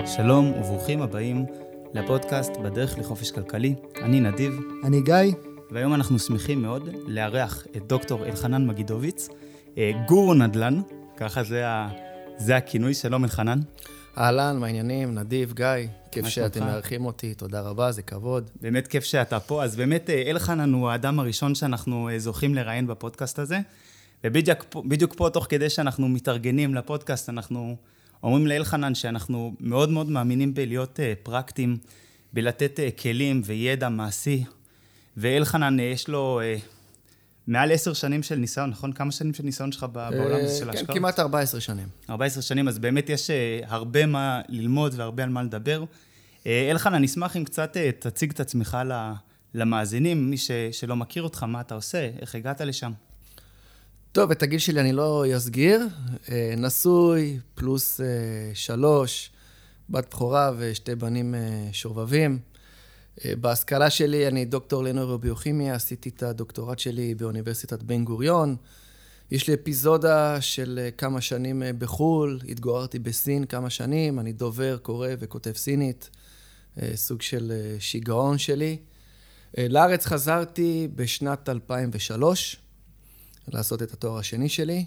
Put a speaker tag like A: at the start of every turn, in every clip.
A: שלום וברוכים הבאים לפודקאסט בדרך לחופש כלכלי. אני נדיב.
B: אני גיא.
A: והיום אנחנו שמחים מאוד לארח את דוקטור אלחנן מגידוביץ, גורו נדל"ן, ככה זה הכינוי. שלום אלחנן.
B: אהלן, מה העניינים? נדיב, גיא, כיף שאתם מארחים אותי, תודה רבה, זה כבוד.
A: באמת כיף שאתה פה, אז באמת אלחנן הוא האדם הראשון שאנחנו זוכים לראיין בפודקאסט הזה, ובדיוק פה תוך כדי שאנחנו מתארגנים לפודקאסט, אנחנו אומרים לאלחנן שאנחנו מאוד מאוד מאמינים בלהיות פרקטיים, בלתת כלים וידע מעשי, ואלחנן יש לו מעל 10 שנים של ניסיון, נכון? כמה שנים של ניסיון שלך בעולם הזה של ההשקעות?
B: כן, כמעט 14 שנים.
A: 14 שנים, אז באמת יש הרבה מה ללמוד והרבה על מה לדבר. אלחנן, אני אשמח אם קצת תציג את עצמך למאזינים, מי שלא מכיר אותך, מה אתה עושה, איך הגעת לשם?
B: טוב, את הגיל שלי אני לא אסגיר, נשוי, פלוס 3, בת בכורה ושתי בנים שובבים. בהשכלה שלי אני דוקטור לנוירוביוכימיה, עשיתי את הדוקטורט שלי באוניברסיטת בן גוריון. יש לי אפיזודה של כמה שנים בחול, התגוררתי בסין כמה שנים, אני דובר, קורא וכותב סינית, סוג של שיגעון שלי. לארץ חזרתי בשנת 2003, לעשות את התואר השני שלי,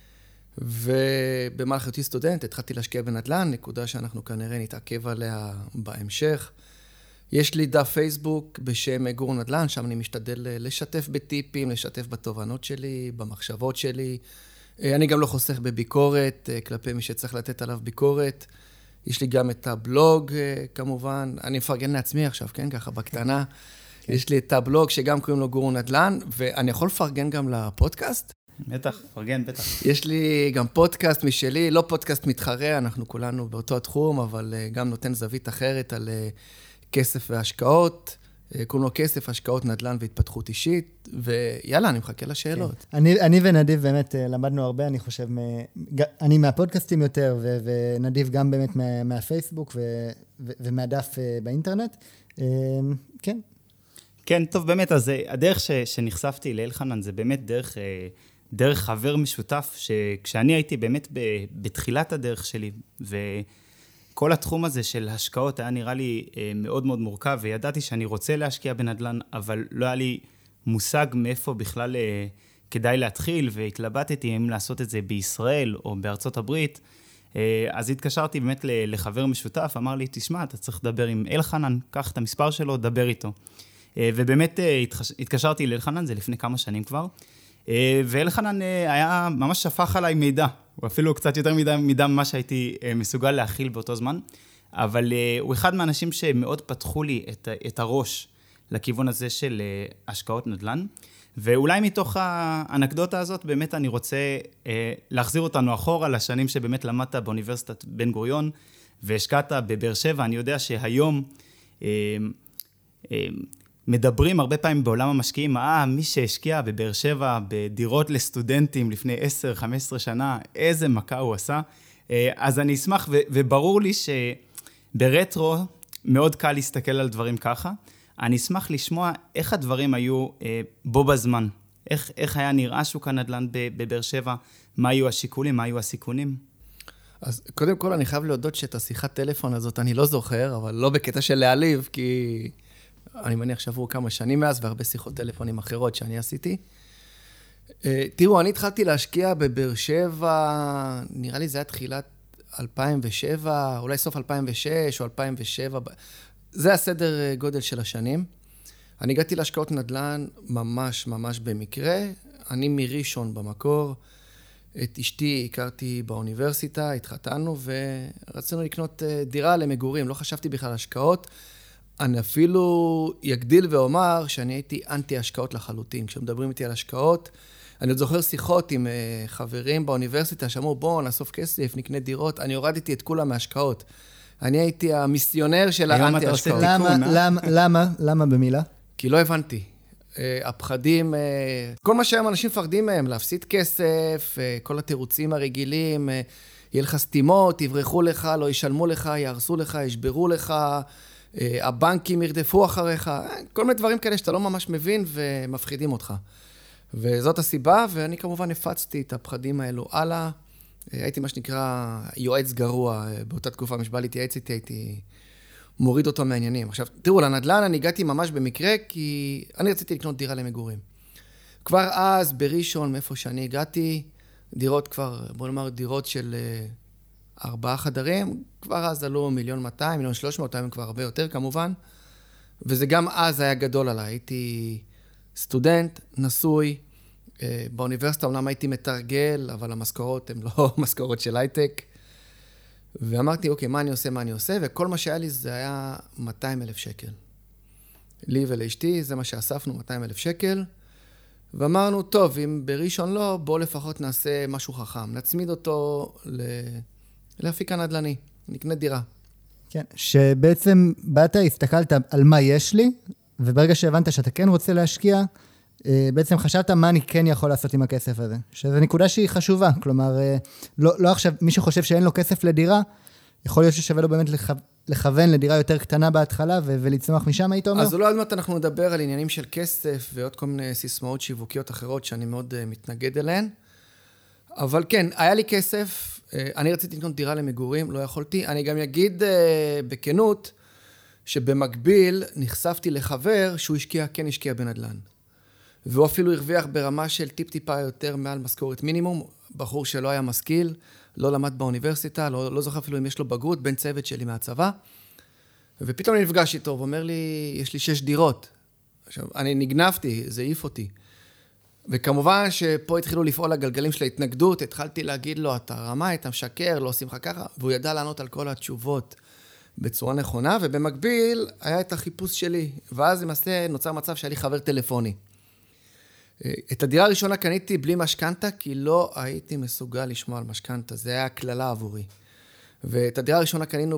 B: ובמהלך היותי סטודנט התחלתי להשקיע בנדל"ן, נקודה שאנחנו כנראה נתעכב עליה בהמשך. יש לי דף פייסבוק בשם גורו נדל"ן, שם אני משתדל לשתף בטיפים, לשתף בתובנות שלי, במחשבות שלי. אני גם לא חוסך בביקורת, כלפי מי שצריך לתת עליו ביקורת. יש לי גם את הבלוג, כמובן. אני מפרגן לעצמי עכשיו, כן? ככה בקטנה. יש לי את הבלוג שגם קוראים לו גורו נדל"ן, ואני יכול לפרגן גם לפודקאסט?
A: בטח, פרגן, בטח.
B: יש לי גם פודקאסט משלי, לא פודקאסט מתחרה, אנחנו כולנו באותו התחום, אבל גם נותן זווית אחרת על כסף והשקעות. קוראים לו כסף, השקעות, נדל"ן והתפתחות אישית, ויאללה, אני מחכה לשאלות.
C: אני ונדיב באמת למדנו הרבה, אני חושב, אני מהפודקאסטים יותר, ונדיב גם באמת מהפייסבוק ומהדף באינטרנט. כן.
A: כן, טוב, באמת, אז הדרך שנחשפתי לאלחנן זה באמת דרך חבר משותף, שכשאני הייתי באמת בתחילת הדרך שלי, וכל התחום הזה של השקעות היה נראה לי מאוד מאוד מורכב, וידעתי שאני רוצה להשקיע בנדל"ן, אבל לא היה לי מושג מאיפה בכלל כדאי להתחיל, והתלבטתי אם לעשות את זה בישראל או בארצות הברית. אז התקשרתי באמת לחבר משותף, אמר לי, תשמע, אתה צריך לדבר עם אלחנן, קח את המספר שלו, דבר איתו. ובאמת התקשרתי לאלחנן, זה לפני כמה שנים כבר, ואלחנן היה ממש שפך עליי מידע, הוא אפילו קצת יותר מידע ממה שהייתי מסוגל להכיל באותו זמן, אבל הוא אחד מהאנשים שמאוד פתחו לי את הראש לכיוון הזה של השקעות נדל"ן, ואולי מתוך האנקדוטה הזאת באמת אני רוצה להחזיר אותנו אחורה לשנים שבאמת למדת באוניברסיטת בן גוריון, והשקעת בבאר שבע. אני יודע שהיום מדברים הרבה פעמים בעולם המשקיעים, מי שהשקיע בבאר שבע בדירות לסטודנטים לפני 10-15 שנה, איזה מכה הוא עשה. אז אני אשמח, וברור לי שברטרו מאוד קל להסתכל על דברים ככה. אני אשמח לשמוע איך הדברים היו בו בזמן. איך היה נראה שוק הנדל"ן בבאר שבע, מה היו השיקולים, מה היו הסיכונים.
B: אז קודם כל אני חייב להודות שאת השיחת טלפון הזאת אני לא זוכר, אבל לא בקטע של להעליב, כי אני מניח שעברו כמה שנים מאז, והרבה שיחות טלפונים אחרות שאני עשיתי. תראו, אני התחלתי להשקיע בבאר שבע, נראה לי זה היה תחילת 2007, אולי סוף 2006 או 2007, זה הסדר גודל של השנים. אני הגעתי להשקעות נדל"ן ממש ממש במקרה, אני מראשון במקור, את אשתי הכרתי באוניברסיטה, התחתנו ורצינו לקנות דירה למגורים, לא חשבתי בכלל על השקעות, אני אפילו יגדיל ואומר שאני הייתי אנטי השקעות לחלוטין. כשמדברים איתי על השקעות, אני עוד זוכר שיחות עם חברים באוניברסיטה שאמרו, בואו נאסוף כסף, נקנה דירות. אני הורדתי את כולם מהשקעות. אני הייתי המיסיונר של האנטי השקעות.
C: למה במילה?
B: כי לא הבנתי. הפחדים, כל מה שהיום אנשים מפחדים מהם, להפסיד כסף, כל התירוצים הרגילים, יהיה לך סתימות, יברחו לך, לא ישלמו לך, יהרסו לך, ישברו לך, הבנקים ירדפו אחריך, כל מיני דברים כאלה שאתה לא ממש מבין ומפחידים אותך. וזאת הסיבה, ואני כמובן הפצתי את הפחדים האלו הלאה. הייתי מה שנקרא יועץ גרוע, באותה תקופה משבא להתייעץ איתי, הייתי מוריד אותו מהעניינים. עכשיו, תראו, לנדל"ן אני הגעתי ממש במקרה, כי אני רציתי לקנות דירה למגורים. כבר אז, בראשון, מאיפה שאני הגעתי, דירות כבר, בוא נאמר, דירות של 4 חדרים, כבר אז עלו 1,200,000, 1,300,000, היום כבר הרבה יותר כמובן, וזה גם אז היה גדול עליי. הייתי סטודנט, נשוי, באוניברסיטה אומנם הייתי מתרגל, אבל המשכורות הן לא משכורות של הייטק, ואמרתי, אוקיי, מה אני עושה? וכל מה שהיה לי זה היה 200,000 שקל. לי ולאשתי, זה מה שאספנו, 200,000 שקל, ואמרנו, טוב, אם בראשון לא, בוא לפחות נעשה משהו חכם. נצמיד אותו להפיק הנדל"ני, נקנה דירה.
C: כן, שבעצם באת, הסתכלת על מה יש לי, וברגע שהבנת שאתה כן רוצה להשקיע, בעצם חשבת מה אני כן יכול לעשות עם הכסף הזה. שזו נקודה שהיא חשובה, כלומר, לא עכשיו, מי שחושב שאין לו כסף לדירה, יכול להיות ששווה לו באמת לכוון לדירה יותר קטנה בהתחלה, ולצמח משם, היית אומר?
B: אז אולי עוד מעט אנחנו נדבר על עניינים של כסף, ועוד כל מיני סיסמאות שיווקיות אחרות, שאני מאוד מתנגד אליהן. אבל כן, היה לי כסף, אני רציתי לקנות דירה למגורים, לא יכולתי. אני גם אגיד בכנות, שבמקביל נחשפתי לחבר שהוא כן השקיע בנדל"ן. והוא אפילו הרוויח ברמה של טיפה יותר מעל משכורת מינימום, בחור שלא היה משכיל, לא למד באוניברסיטה, לא זוכר אפילו אם יש לו בגרות, בן צוות שלי מהצבא. ופתאום אני נפגש איתו, ואומר לי, יש לי 6 דירות. עכשיו, אני נגנבתי, זה העיף אותי. וכמובן שפה התחילו לפעול הגלגלים של ההתנגדות, התחלתי להגיד לו, אתה רמאי, אתה משקר, לא עושים לך ככה, והוא ידע לענות על כל התשובות בצורה נכונה, ובמקביל היה את החיפוש שלי, ואז למעשה נוצר מצב שהיה לי חבר טלפוני. את הדירה הראשונה קניתי בלי משכנתה, כי לא הייתי מסוגל לשמוע על משכנתה, זה היה כללה עבורי. ואת הדירה הראשונה קנינו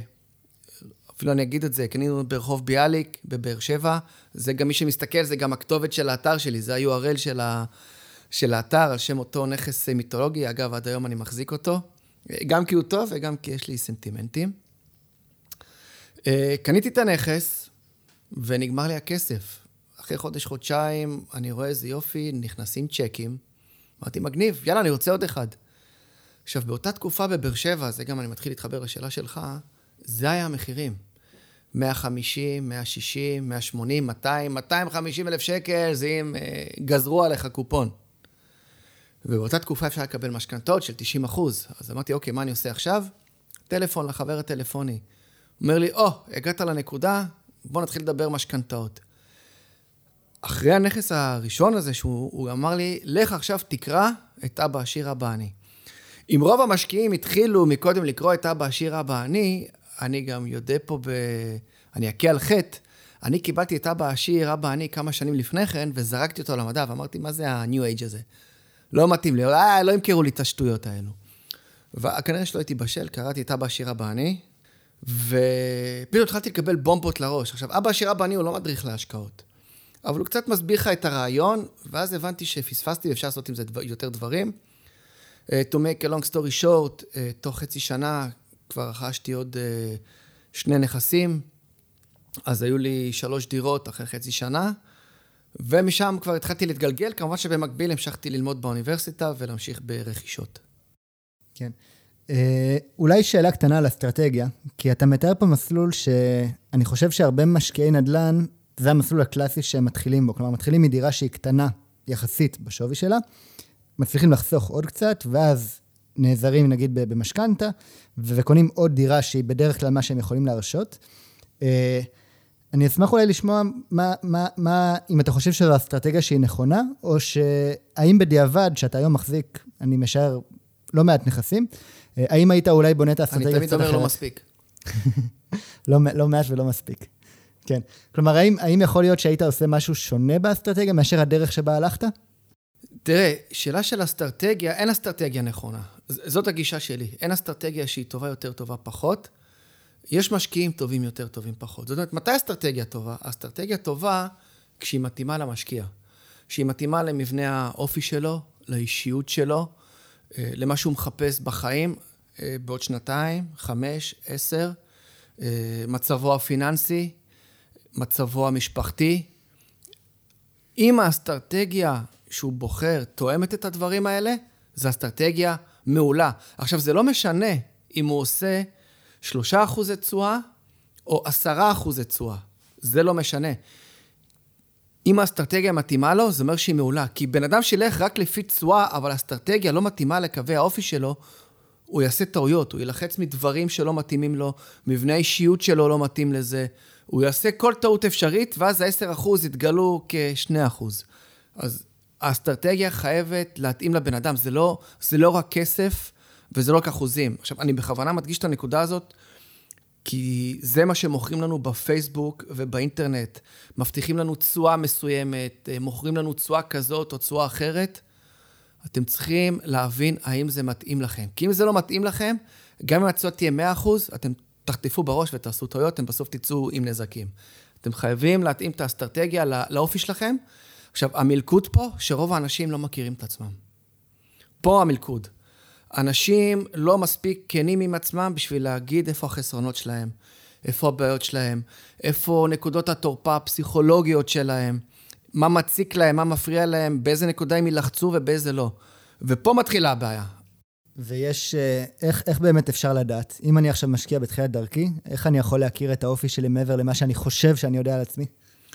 B: אפילו אני אגיד את זה, קנינו ברחוב ביאליק, בבאר שבע, זה גם מי שמסתכל, זה גם הכתובת של האתר שלי, זה ה-URL של האתר, על שם אותו נכס מיתולוגי, אגב, עד היום אני מחזיק אותו, גם כי הוא טוב וגם כי יש לי סנטימנטים. קניתי את הנכס, ונגמר לי הכסף. אחרי חודש-חודשיים, אני רואה איזה יופי, נכנסים צ'קים, אמרתי, מגניב, יאללה, אני רוצה עוד אחד. עכשיו, באותה תקופה בבאר שבע, זה גם אני מתחיל להתחבר לשאלה שלך, זה היה המחירים. 150, 160, 180, 200, 250 אלף שקל, זה אם גזרו עליך קופון. ובאותה תקופה אפשר לקבל משכנתאות של 90%. אז אמרתי, אוקיי, מה אני עושה עכשיו? טלפון לחבר הטלפוני. אומר לי, הגעת לנקודה, בוא נתחיל לדבר משכנתאות. אחרי הנכס הראשון הזה, שהוא אמר לי, לך עכשיו תקרא את אבא עשיר אבא עני. אם רוב המשקיעים התחילו מקודם לקרוא את אבא עשיר אבא עני, אני גם יודע פה אני אקה על חטא, אני קיבלתי את אבא עשיר אבא עני כמה שנים לפני כן, וזרקתי אותו למדע, ואמרתי, מה זה ה-New Age הזה? לא מתאים לי, לא ימכרו לי את השטויות האלו. וכנראה שלא הייתי בשל, קראתי את אבא עשיר אבא עני, ופתאום התחלתי לקבל בומבות לראש. עכשיו, אבא עשיר אבא עני הוא לא מדריך להשקעות. אבל הוא קצת מסביר לך את הרעיון, ואז הבנתי שפספסתי, ואפשר לעשות עם זה יותר דברים. To make a long story short, תוך חצי שנה כבר רכשתי עוד 2 נכסים, אז היו לי 3 דירות אחרי חצי שנה, ומשם כבר התחלתי להתגלגל, כמובן שבמקביל המשכתי ללמוד באוניברסיטה ולהמשיך ברכישות.
C: כן. אולי שאלה קטנה על אסטרטגיה, כי אתה מתאר פה מסלול שאני חושב שהרבה משקיעי נדל"ן, זה המסלול הקלאסי שהם מתחילים בו, כלומר, מתחילים מדירה שהיא קטנה יחסית בשווי שלה, מצליחים לחסוך עוד קצת, ואז נעזרים נגיד במשכנתה, וקונים עוד דירה שהיא בדרך כלל מה שהם יכולים להרשות. אני אשמח אולי לשמוע אם אתה חושב שזו אסטרטגיה שהיא נכונה, או שהאם בדיעבד, שאתה היום מחזיק, אני משער לא מעט נכסים, האם היית אולי בונה את האסטרטגיה
B: אני תמיד אומר לא מספיק.
C: לא מעט ולא מספיק. כן. כלומר, האם יכול להיות שהיית עושה משהו שונה באסטרטגיה, מאשר הדרך שבה הלכת?
B: תראה, שאלה של אסטרטגיה, אין אסטרטגיה נכונה. זאת הגישה שלי. אין אסטרטגיה שהיא טובה יותר, טובה פחות. יש משקיעים טובים יותר, טובים פחות. זאת אומרת, מתי אסטרטגיה טובה? אסטרטגיה טובה כשהיא מתאימה למשקיע. כשהיא מתאימה למבנה האופי שלו, לאישיות שלו, למה שהוא מחפש בחיים, בעוד 2, 5, 10, מצבו הפיננסי, מצבו המשפחתי. אם האסטרטגיה שהוא בוחר תואמת את הדברים האלה, זו אסטרטגיה מעולה. עכשיו, זה לא משנה אם הוא עושה 3% תשואה או 10% תשואה. זה לא משנה. אם האסטרטגיה מתאימה לו, זה אומר שהיא מעולה. כי בן אדם שילך רק לפי תשואה, אבל האסטרטגיה לא מתאימה לקווי האופי שלו, הוא יעשה טעויות, הוא ילחץ מדברים שלא מתאימים לו, מבנה האישיות שלו לא מתאים לזה, הוא יעשה כל טעות אפשרית, ואז ה-10% יתגלו כ2%. אז האסטרטגיה חייבת להתאים לבן אדם, זה לא רק כסף, וזה לא רק אחוזים. עכשיו, אני בכוונה מדגיש את הנקודה הזאת, כי זה מה שמוכרים לנו בפייסבוק ובאינטרנט. מבטיחים לנו תשואה מסוימת, מוכרים לנו תשואה כזאת או תשואה אחרת. אתם צריכים להבין האם זה מתאים לכם. כי אם זה לא מתאים לכם, גם אם התשואה תהיה 100%, אתם תחטפו בראש ותעשו טעויות, אתם בסוף תצאו עם נזקים. אתם חייבים להתאים את האסטרטגיה לאופי שלכם. עכשיו, המלכוד פה, שרוב האנשים לא מכירים את עצמם. פה המלכוד. אנשים לא מספיק כנים עם עצמם בשביל להגיד איפה החסרונות שלהם, איפה הבעיות שלהם, איפה נקודות התורפה הפסיכולוגיות שלהם, מה מציק להם, מה מפריע להם, באיזה נקודה הם ילחצו ובאיזה לא. ופה מתחילה הבעיה.
C: ויש, איך באמת אפשר לדעת? אם אני עכשיו משקיע בתחילת דרכי, איך אני יכול להכיר את האופי שלי מעבר למה שאני חושב שאני יודע על עצמי?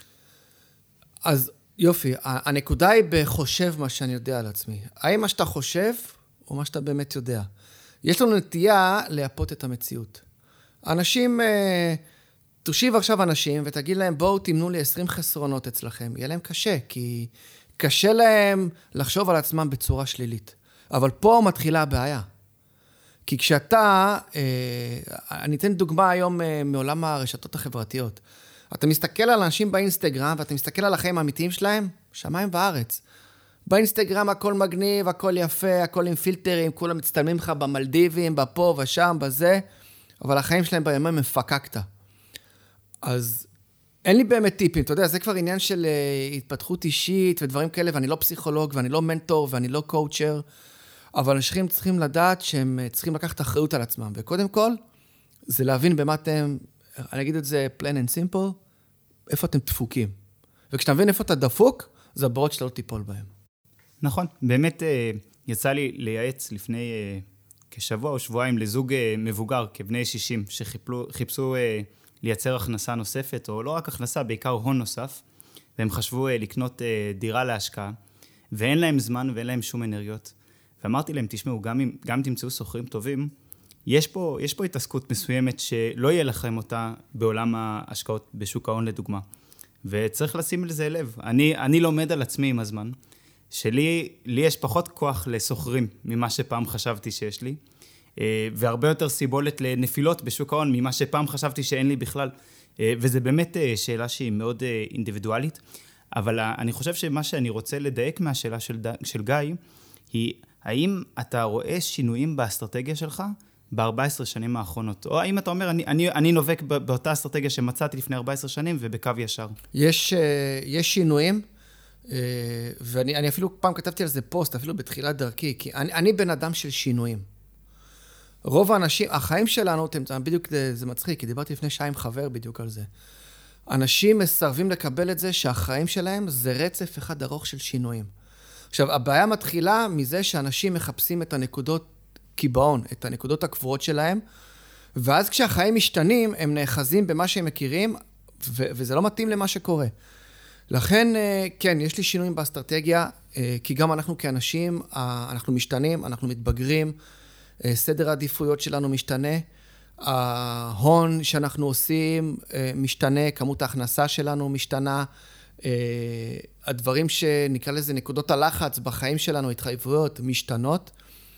B: אז יופי, הנקודה היא בחושב מה שאני יודע על עצמי. האם מה שאתה חושב או מה שאתה באמת יודע? יש לנו נטייה להפות את המציאות. אנשים, תושיב עכשיו אנשים ותגיד להם, בואו תמנו לי 20 חסרונות אצלכם. יהיה להם קשה, כי קשה להם לחשוב על עצמם בצורה שלילית. אבל פה מתחילה הבעיה. כי כשאתה, אני אתן דוגמה היום מעולם הרשתות החברתיות. אתה מסתכל על אנשים באינסטגרם, ואתה מסתכל על החיים האמיתיים שלהם, שמיים וארץ. באינסטגרם הכל מגניב, הכל יפה, הכל עם פילטרים, כולם מצטלמים לך במלדיבים, בפה ושם, בזה, אבל החיים שלהם בימים מפקקת. אז אין לי באמת טיפים, אתה יודע, זה כבר עניין של התפתחות אישית ודברים כאלה, ואני לא פסיכולוג, ואני לא מנטור, ואני לא קואוצ'ר, אבל אנשים צריכים לדעת שהם צריכים לקחת אחריות על עצמם, וקודם כל, זה להבין במה אתם, אני אגיד את זה plain and simple, איפה אתם דפוקים. וכשאתה מבין איפה אתה דפוק, זה הבורות שאתה לא תיפול בהם.
A: נכון, באמת יצא לי לייעץ לפני כשבוע או שבועיים לזוג מבוגר כבני 60, שחיפשו לייצר הכנסה נוספת, או לא רק הכנסה, בעיקר הון נוסף, והם חשבו לקנות דירה להשקעה, ואין להם זמן ואין להם שום אנרגיות. ואמרתי להם, תשמעו, גם תמצאו סוחרים טובים, יש פה התעסקות מסוימת שלא יהיה לכם אותה בעולם ההשקעות בשוק ההון לדוגמה. וצריך לשים לזה לב. אני לומד על עצמי עם הזמן, לי יש פחות כוח לסוחרים ממה שפעם חשבתי שיש לי, והרבה יותר סיבולת לנפילות בשוק ההון ממה שפעם חשבתי שאין לי בכלל. וזה באמת שאלה שהיא מאוד אינדיבידואלית, אבל אני חושב שמה שאני רוצה לדייק מהשאלה של גיא, היא האם אתה רואה שינויים באסטרטגיה שלך ב-14 שנים האחרונות? או האם אתה אומר, אני נובק באותה אסטרטגיה שמצאתי לפני 14 שנים ובקו ישר?
B: יש שינויים, ואני אפילו פעם כתבתי על זה פוסט, אפילו בתחילת דרכי, כי אני בן אדם של שינויים. רוב האנשים, החיים שלנו, בדיוק זה מצחיק, כי דיברתי לפני שעה עם חבר בדיוק על זה. אנשים מסרבים לקבל את זה שהחיים שלהם זה רצף אחד ארוך של שינויים. עכשיו, הבעיה מתחילה מזה שאנשים מחפשים את הנקודות קיבעון, את הנקודות הקבועות שלהם, ואז כשהחיים משתנים, הם נאחזים במה שהם מכירים, וזה לא מתאים למה שקורה. לכן, כן, יש לי שינויים באסטרטגיה, כי גם אנחנו כאנשים, אנחנו משתנים, אנחנו מתבגרים, סדר העדיפויות שלנו משתנה, ההון שאנחנו עושים משתנה, כמות ההכנסה שלנו משתנה, הדברים שנקרא לזה נקודות הלחץ בחיים שלנו, התחייבויות, משתנות,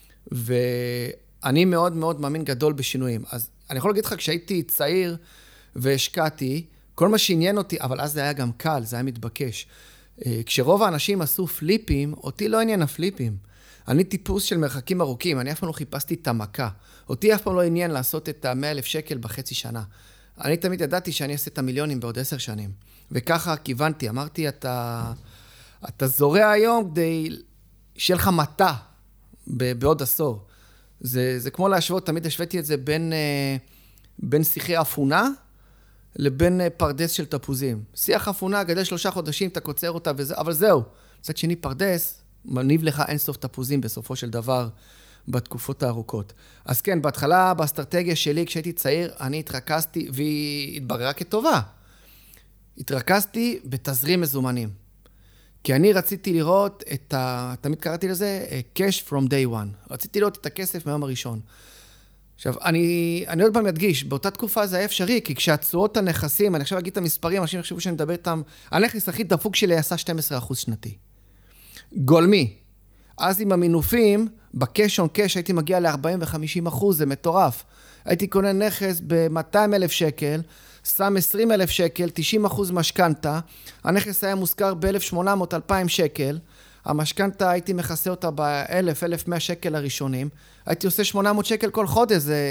B: ואני מאוד מאוד מאמין גדול בשינויים. אז אני יכול להגיד לך, כשהייתי צעיר והשקעתי, כל מה שעניין אותי, אבל אז זה היה גם קל, זה היה מתבקש. כשרוב האנשים עשו פליפים, אותי לא עניין הפליפים. אני טיפוס של מרחקים ארוכים, אני אף פעם לא חיפשתי את המכה. אותי אף פעם לא עניין לעשות את ה-100,000 שקל בחצי שנה. אני תמיד ידעתי שאני אעשה את המיליונים בעוד 10 שנים. וככה כיוונתי, אמרתי, אתה זורע היום כדי שיהיה לך מטה בעוד עשור. זה כמו להשוות, תמיד השוויתי את זה בין שיחי אפונה לבין פרדס של תפוזים. שיח אפונה, גדל 3 חודשים, אתה קוצר אותה וזה, אבל זהו. מצד שני פרדס, מניב לך אינסוף תפוזים בסופו של דבר בתקופות הארוכות. אז כן, בהתחלה, באסטרטגיה שלי, כשהייתי צעיר, אני התרכזתי, והיא התבררה כטובה. התרכזתי בתזרים מזומנים. כי אני רציתי לראות תמיד קראתי לזה, cash from day one. רציתי לראות את הכסף מהיום הראשון. עכשיו, אני עוד פעם מדגיש, באותה תקופה זה היה אפשרי, כי כשהצורות הנכסים, אני עכשיו אגיד את המספרים, אנשים יחשבו שאני מדבר איתם, הנכס הכי דפוק שלי עשה 12% שנתי. גולמי. אז עם המינופים, בקש און קש הייתי מגיע ל-40-50%, זה מטורף. הייתי קונה נכס ב-200,000 שקל, שם 20,000 שקל, 90% משכנתה, הנכס היה מוזכר ב-1,800-2,000 שקל, המשכנתה הייתי מכסה אותה ב-1,000-1,100 שקל הראשונים, הייתי עושה 800 שקל כל חודש, זה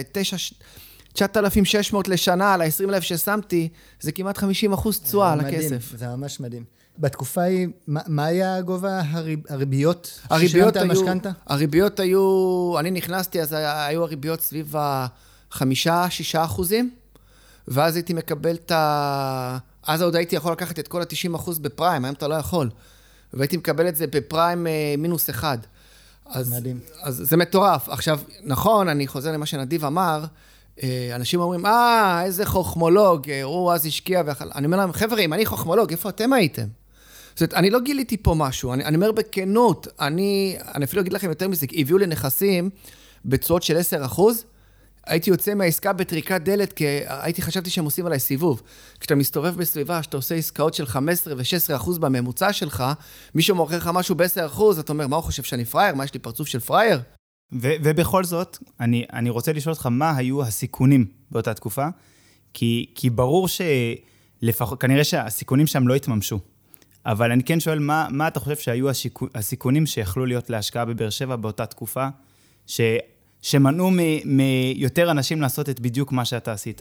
B: 9,600 לשנה, על ה-20,000 ששמתי, זה כמעט 50% תשואה על הכסף.
C: זה ממש מדהים. בתקופה היא, מה היה גובה הריביות ששילמת על משכנתה?
B: הריביות היו, אני נכנסתי, אז היו הריביות סביב 5-6%, ואז הייתי מקבל אז עוד הייתי יכול לקחת את כל ה-90% בפריים, היום אתה לא יכול. והייתי מקבל את זה בפריים -1.
C: מדהים.
B: אז זה מטורף. עכשיו, נכון, אני חוזר למה שנדיב אמר, אנשים אומרים, איזה חוכמולוג, הוא אז השקיע אני אומר להם, חבר'ה, אם אני חוכמולוג, איפה אתם הייתם? זאת אומרת, אני לא גיליתי פה משהו, אני אומר בכנות, אני אפילו אגיד לכם יותר מזה, הביאו לי נכסים בצורות של 10%, הייתי יוצא מהעסקה בטריקת דלת, כי חשבתי שהם עושים עליי סיבוב. כשאתה מסתובב בסביבה, שאתה עושה עסקאות של 15 ו-16% בממוצע שלך, מישהו מוכר לך משהו ב-10%, אתה אומר, מה הוא חושב שאני פרייר? מה, יש לי פרצוף של פרייר?
A: ובכל זאת, אני רוצה לשאול אותך, מה היו הסיכונים באותה תקופה? כי ברור כנראה שהסיכונים שם לא התממשו. אבל אני כן שואל, מה אתה חושב שהיו הסיכונים שיכלו להיות להשקעה בבאר שבע באותה תקופה, שמנעו מיותר אנשים לעשות את בדיוק מה שאתה עשית?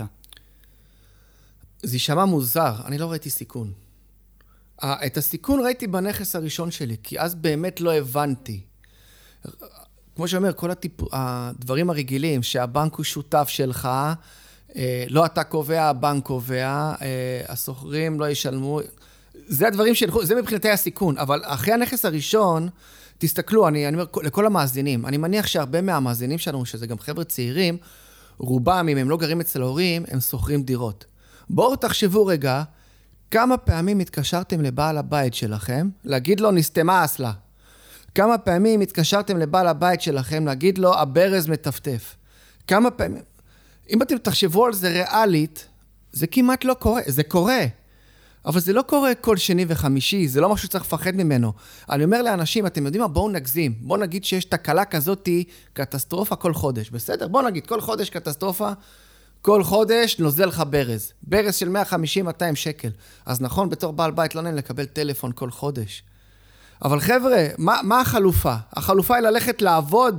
B: זה יישמע מוזר, אני לא ראיתי סיכון. את הסיכון ראיתי בנכס הראשון שלי, כי אז באמת לא הבנתי. כמו שאומר, כל הדברים הרגילים, שהבנק הוא שותף שלך, לא אתה קובע, הבנק קובע, הסוחרים לא ישלמו, זה הדברים זה מבחינתי הסיכון, אבל אחרי הנכס הראשון, תסתכלו, אני אומר לכל המאזינים, אני מניח שהרבה מהמאזינים שלנו, שזה גם חבר'ה צעירים, רובם, אם הם לא גרים אצל ההורים, הם שוכרים דירות. בואו תחשבו רגע, כמה פעמים התקשרתם לבעל הבית שלכם, להגיד לו, נסתמה אסלה. כמה פעמים התקשרתם לבעל הבית שלכם, להגיד לו, הברז מטפטף. כמה פעמים, אם אתם תחשבו על זה ריאלית, זה כמעט לא קורה, זה קורה. אבל זה לא קורה כל שני וחמישי, זה לא משהו שצריך לפחד ממנו. אני אומר לאנשים, אתם יודעים מה? בואו נגזים. בואו נגיד שיש תקלה כזאת, קטסטרופה כל חודש. בסדר? בואו נגיד, כל חודש קטסטרופה, כל חודש נוזל לך ברז. ברז של 150-200 שקל. אז נכון, בתור בעל בית לא נעים לקבל טלפון כל חודש. אבל חבר'ה, מה החלופה? החלופה היא ללכת לעבוד,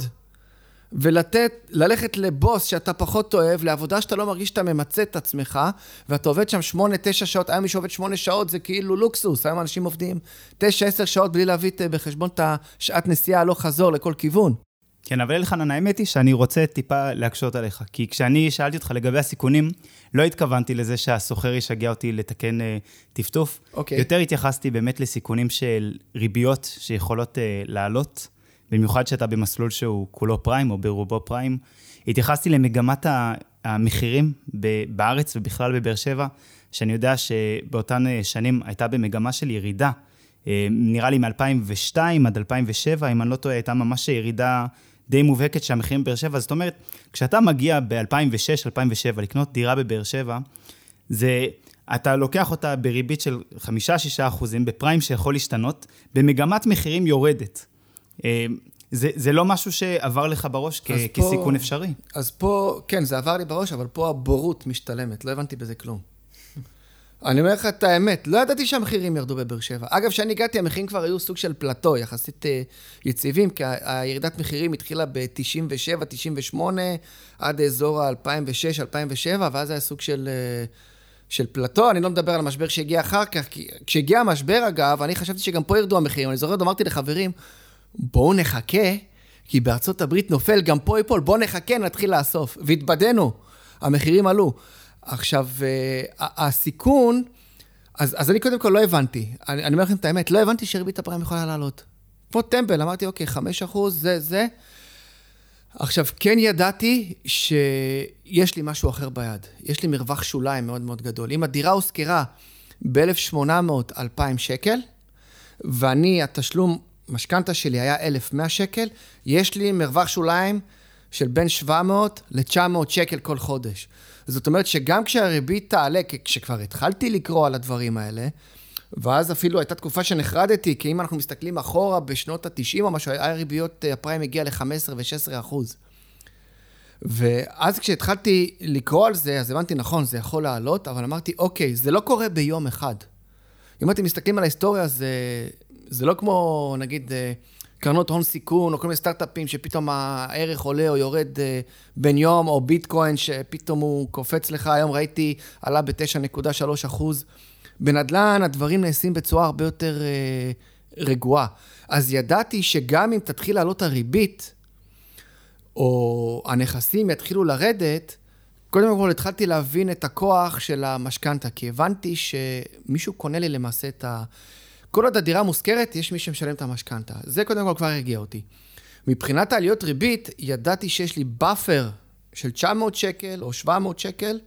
B: ללכת לבוס שאתה פחות אוהב, לעבודה שאתה לא מרגיש שאתה ממצא את עצמך, ואתה עובד שם 8-9 שעות, היום מי שעובד 8 שעות זה כאילו לוקסוס, היום אנשים עובדים 9-10 שעות בלי להביא בחשבון את השעת נסיעה לא חזור לכל כיוון.
A: כן, אבל אלחנן, האמת היא שאני רוצה טיפה להקשות עליך, כי כשאני שאלתי אותך לגבי הסיכונים, לא התכוונתי לזה שהסוחר ישגע אותי לתקן טפטוף, יותר התייחסתי באמת לסיכונים של ריביות שיכולות לעלות, במיוחד שאתה במסלול שהוא כולו פריים או ברובו פריים. התייחסתי למגמת המחירים בארץ ובכלל בבאר שבע, שאני יודע שבאותן שנים הייתה במגמה של ירידה. נראה לי מ-2002 עד 2007, אם אני לא טועה, הייתה ממש ירידה די מובהקת שהמחירים בבאר שבע. זאת אומרת, כשאתה מגיע ב-2006-2007 לקנות דירה בבאר שבע, אתה לוקח אותה בריבית של 5-6% בפריים שיכול להשתנות, במגמת מחירים יורדת. זה לא משהו שעבר לך בראש כסיכון אפשרי.
B: אז פה, כן, זה עבר לי בראש, אבל פה הבורות משתלמת, לא הבנתי בזה כלום. אני אומר לך את האמת, לא ידעתי שהמחירים ירדו בבאר שבע. אגב, כשאני הגעתי, המחירים כבר היו סוג של פלטו, יחסית יציבים, כי הירידת מחירים התחילה ב-97, 98, עד אזור ה-2006-2007, ואז היה סוג של פלטו. אני לא מדבר על המשבר שהגיע אחר כך, כי כשהגיע המשבר, אגב, אני חשבתי שגם פה ירדו המחירים. אני זוכר, אמרתי לחברים, בואו נחכה, כי בארצות הברית נופל, גם פה ייפול, בואו נחכה, נתחיל לאסוף. והתבדנו, המחירים עלו. עכשיו, הסיכון, אז אני קודם כל לא הבנתי, אני אומר לכם את האמת, לא הבנתי שריבית הפריים יכולה לעלות. כמו טמבל, אמרתי, אוקיי, 5% זה. עכשיו, כן ידעתי שיש לי משהו אחר ביד. יש לי מרווח שוליים מאוד מאוד גדול. אם הדירה הושכרה ב-1,800-2,000 שקל, ואני, התשלום משכנתה שלי היה 1,100 שקל, יש לי מרווח שוליים של בין 700 ל-900 שקל כל חודש. זאת אומרת שגם כשהריבית תעלה, כשכבר התחלתי לקרוא על הדברים האלה, ואז אפילו הייתה תקופה שנחרדתי, כי אם אנחנו מסתכלים אחורה בשנות ה-90 או משהו, היה ריביות הפריים הגיע ל-15 ו-16%. ואז כשהתחלתי לקרוא על זה, אז הבנתי, נכון, זה יכול לעלות, אבל אמרתי, אוקיי, זה לא קורה ביום אחד. אם אתם מסתכלים על ההיסטוריה, זה לא כמו, נגיד, קרנות הון סיכון, או כל מיני סטארט-אפים שפתאום הערך עולה או יורד בין יום, או ביטקוין שפתאום הוא קופץ לך. היום ראיתי, עלה ב-9.3%. בנדל"ן הדברים נעשים בצורה הרבה יותר רגועה. אז ידעתי שגם אם תתחיל לעלות הריבית, או הנכסים יתחילו לרדת, קודם כל התחלתי להבין את הכוח של המשכנתה, כי הבנתי שמישהו קונה לי למעשה את כל עוד הדירה מוזכרת, יש מי שמשלם את המשכנתה. זה קודם כל כבר הרגיע אותי. מבחינת העליות ריבית, ידעתי שיש לי באפר של 900 שקל או 700 שקל,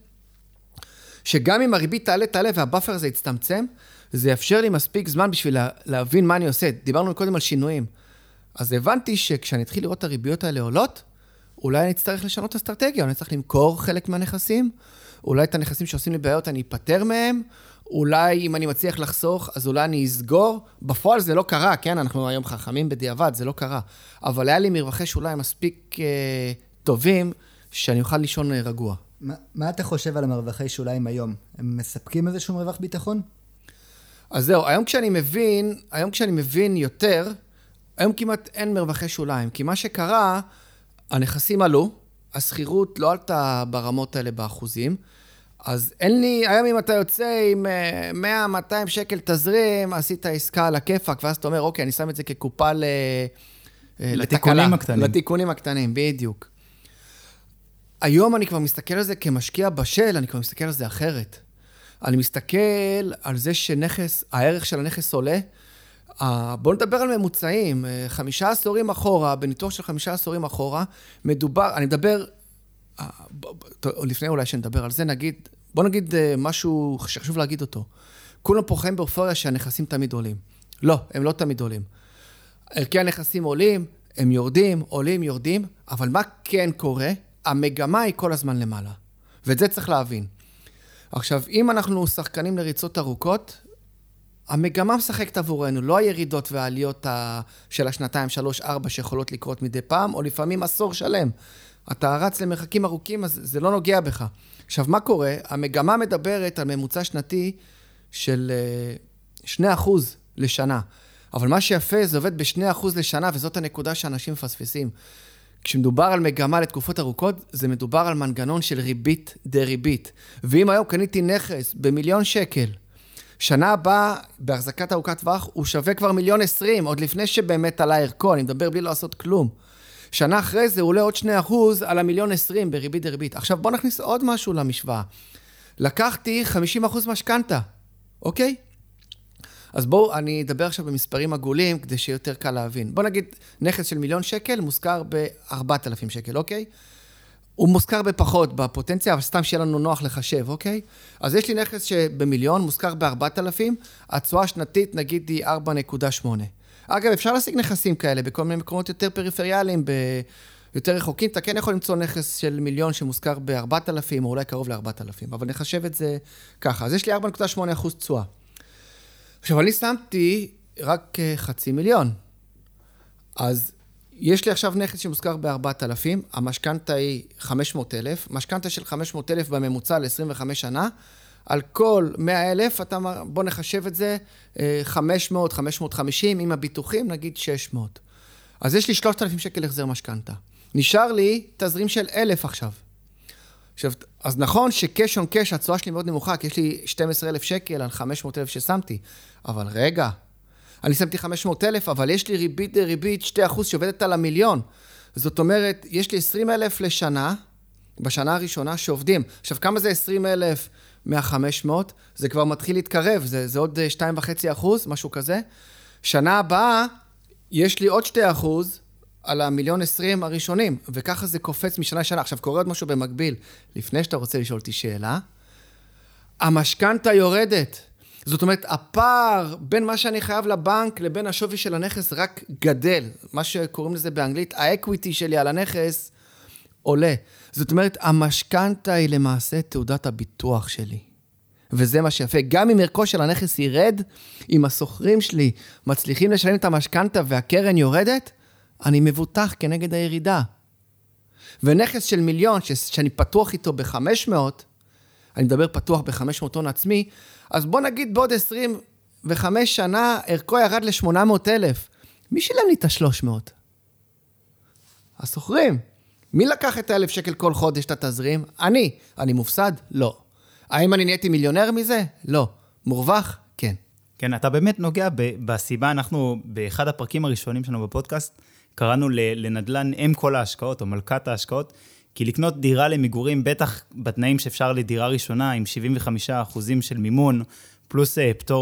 B: שגם אם הריבית תעלה והבאפר הזה יצטמצם, זה יאפשר לי מספיק זמן בשביל להבין מה אני עושה. דיברנו קודם על שינויים. אז הבנתי שכשאני אתחיל לראות את הריביות האלה עולות, אולי אני אצטרך לשנות אסטרטגיה, אני צריך למכור חלק מהנכסים, אולי את הנכסים שעושים לי בעיות אני אפטר מהם, אולי אם אני מצליח לחסוך, אז אולי אני אסגור. בפועל זה לא קרה, כן? אנחנו היום חכמים בדיעבד, זה לא קרה. אבל היה לי מרווחי שוליים מספיק טובים, שאני אוכל לישון רגוע.
C: מה אתה חושב על המרווחי שוליים היום? הם מספקים איזשהו מרווח ביטחון?
B: אז זהו, היום כשאני מבין יותר, היום כמעט אין מרווחי שוליים, כי מה שקרה, הנכסים עלו, הסחירות לא עלתה ברמות האלה באחוזים, אז אין לי, היום אם אתה יוצא עם 100-200 שקל תזרים, עשית עסקה על הכיפק, ואז אתה אומר, אוקיי, אני שם את זה כקופה
A: לתיקונים הקטנים.
B: לתיקונים הקטנים, בדיוק. היום אני כבר מסתכל על זה כמשקיע בשל, אני כבר מסתכל על זה אחרת. אני מסתכל על זה שנכס, הערך של הנכס עולה. בואו נדבר על ממוצעים. 5 עשורים אחורה, בניתוח של 5 עשורים אחורה, אני מדבר, לפני אולי שנדבר על זה, בואו נגיד משהו שחשוב להגיד אותו. כולם פה חיים באופוריה שהנכסים תמיד עולים. לא, הם לא תמיד עולים. ערכי הנכסים עולים, הם יורדים, עולים, יורדים, אבל מה כן קורה? המגמה היא כל הזמן למעלה. ואת זה צריך להבין. עכשיו, אם אנחנו שחקנים לריצות ארוכות, המגמה משחקת עבורנו, לא הירידות והעליות של השנתיים, 3, 4 שיכולות לקרות מדי פעם, או לפעמים עשור שלם. אתה רץ למרחקים ארוכים, אז זה לא נוגע בך. עכשיו, מה קורה? המגמה מדברת על ממוצע שנתי של 2% לשנה. אבל מה שיפה, זה עובד ב2% לשנה, וזאת הנקודה שאנשים מפספסים. כשמדובר על מגמה לתקופות ארוכות, זה מדובר על מנגנון של ריבית דריבית. ואם היום קניתי נכס ב1,000,000 שקל, שנה הבאה, בהחזקת ארוכת טווח, הוא שווה כבר 1,020,000, עוד לפני שבאמת עלה ערכו, אני מדבר בלי לעשות כלום. שנה אחרי זה הוא עולה עוד 2% על 1,020,000 בריבית דריבית. עכשיו בוא נכניס עוד משהו למשוואה. לקחתי 50% משכנתה, אוקיי? אז בואו, אני אדבר עכשיו במספרים עגולים, כדי שיהיה יותר קל להבין. בואו נגיד, נכס של 1,000,000 שקל, מושכר ב4,000 שקל, אוקיי? הוא מושכר בפחות, בפוטנציה, אבל סתם שיהיה לנו נוח לחשב, אוקיי? אז יש לי נכס שב1,000,000, מושכר ב4,000, התשואה השנתית, נגיד, היא 4.8. אגב, אפשר להשיג נכסים כאלה, בכל מיני מקומות יותר פריפריאליים, יותר רחוקים, אתה כן יכול למצוא נכס של 1,000,000 שמושכר ב4,000, או אולי קרוב ל4,000, אבל נחשב את זה ככה. אז יש לי 4.8% תשואה. עכשיו, אני שמתי רק 500,000. אז יש לי עכשיו נכס שמושכר ב4,000, המשכנתה היא 500,000, משכנתה של 500,000 בממוצע ל-25 שנה, על כל 100,000, בוא נחשב את זה, 500, 550, עם הביטוחים נגיד 600. אז יש לי 3,000 שקל החזר משכנתה. נשאר לי תזרים של 1,000 עכשיו. עכשיו, אז נכון שקש און קש, התשואה שלי מאוד נמוכה, כי יש לי 12,000 שקל על 500,000 ששמתי. אבל רגע, אני שמתי 500,000, אבל יש לי ריבית 2% שעובדת על 1,000,000. זאת אומרת, יש לי 20,000 לשנה, בשנה הראשונה שעובדים. עכשיו, כמה זה 20,000 מה-500? זה כבר מתחיל להתקרב, זה עוד 2.5%, משהו כזה. שנה הבאה, יש לי עוד 2%, על ה1,020,000 הראשונים, וככה זה קופץ משנה לשנה. עכשיו, קורה עוד משהו במקביל, לפני שאתה רוצה לשאול אותי שאלה, המשכנתא יורדת. זאת אומרת, הפער בין מה שאני חייב לבנק לבין השווי של הנכס רק גדל. מה שקוראים לזה באנגלית, האקוויטי שלי על הנכס עולה. זאת אומרת, המשכנתא היא למעשה תעודת הביטוח שלי. וזה מה שיפה. גם אם ערכו של הנכס ירד, אם הסוחרים שלי מצליחים לשלם את המשכנתא והקרן יורדת, אני מבוטח כנגד הירידה. ונכס של 1,000,000, שאני פתוח איתו ב-500, אני מדבר פתוח ב-500 הון עצמי, אז בוא נגיד בעוד 25 שנה, ערכו ירד ל-800,000. מי שילם לי את ה-300? הסוחרים. מי לקח את 1,000 שקל כל חודש את התזרים? אני מופסד? לא. האם אני נהייתי מיליונר מזה? לא. מורווח? כן.
A: כן, אתה באמת נוגע בסיבה, אנחנו באחד הפרקים הראשונים שלנו בפודקאסט, קראנו לנדל"ן אם כל ההשקעות, או מלכת ההשקעות, כי לקנות דירה למגורים, בטח בתנאים שאפשר לדירה ראשונה, עם 75% של מימון, פלוס פטור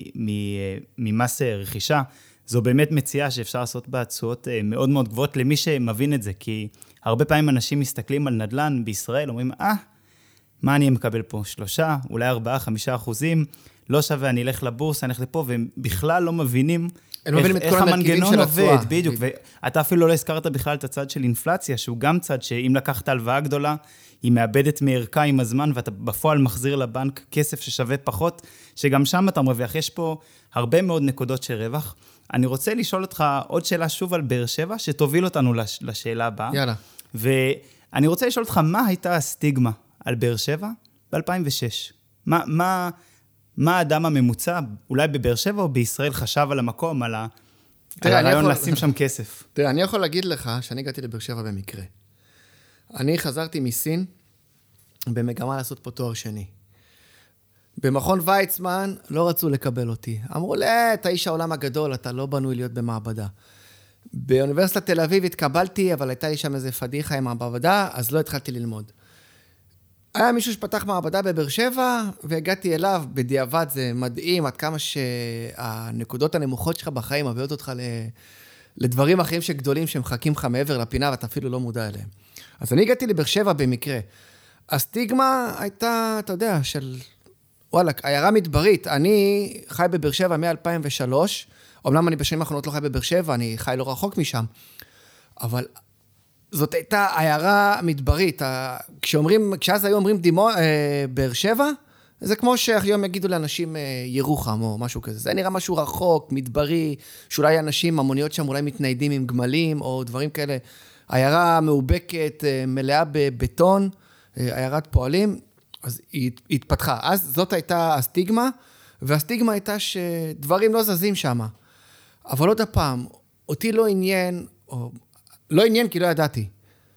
A: ממס רכישה, זו באמת מציאה שאפשר לעשות בה תשואות מאוד מאוד גבוהות למי שמבין את זה, כי הרבה פעמים אנשים מסתכלים על נדל"ן בישראל, אומרים, מה אני מקבל פה? 3, אולי 4, 5%, לא שווה, אני אלך לבורסה, אני אלך לפה, והם בכלל לא מבינים איך המנגנון עובד, בדיוק, ואתה אפילו לא הזכרת בכלל את הצד של אינפלציה, שהוא גם צד שאם לקחת הלוואה גדולה, היא מאבדת מערכה עם הזמן, ואתה בפועל מחזיר לבנק כסף ששווה פחות, שגם שם אתה מרוויח. יש פה הרבה מאוד נקודות של רווח. אני רוצה לשאול אותך עוד שאלה שוב על באר שבע, שתוביל אותנו לשאלה הבאה.
B: יאללה.
A: ואני רוצה לשאול אותך, מה הייתה הסטיגמה על באר שבע ב-2006? מה האדם הממוצע, אולי בבאר שבע או בישראל, חשב על המקום, על הרעיון לשים שם כסף?
B: תראה, אני יכול להגיד לך שאני הגעתי לבאר שבע במקרה. אני חזרתי מסין במגמה לעשות פה תואר שני. במכון ויצמן לא רצו לקבל אותי. אמרו לי, אתה איש העולם הגדול, אתה לא בנוי להיות במעבדה. באוניברסיטת תל אביב התקבלתי, אבל הייתה לי שם איזה פדיחה עם המעבדה, אז לא התחלתי ללמוד. היה מישהו שפתח מעבדה בבאר שבע, והגעתי אליו, בדיעבד זה מדהים, עד כמה שהנקודות הנמוכות שלך בחיים מביאות אותך לדברים אחרים שגדולים, שמחכים לך מעבר לפינה, ואתה אפילו לא מודע אליהם. אז אני הגעתי לבאר שבע במקרה. הסטיגמה הייתה, אתה יודע, של, וואלה, עיירה מדברית. אני חי בבאר שבע מ-2003, אומנם אני בשנים האחרונות לא חי בבאר שבע, אני חי לא רחוק משם, אבל זאת הייתה עיירה מדברית. כשאז היו אומרים באר שבע, זה כמו שהיום יגידו לאנשים ירוחם או משהו כזה. זה נראה משהו רחוק, מדברי, שאולי אנשים, המוניות שם אולי מתניידים עם גמלים או דברים כאלה. עיירה מאובקת, מלאה בבטון, עיירת פועלים, אז היא התפתחה. אז זאת הייתה הסטיגמה, והסטיגמה הייתה שדברים לא זזים שם. אבל עוד הפעם, אותי לא עניין, או לא עניין כי לא ידעתי.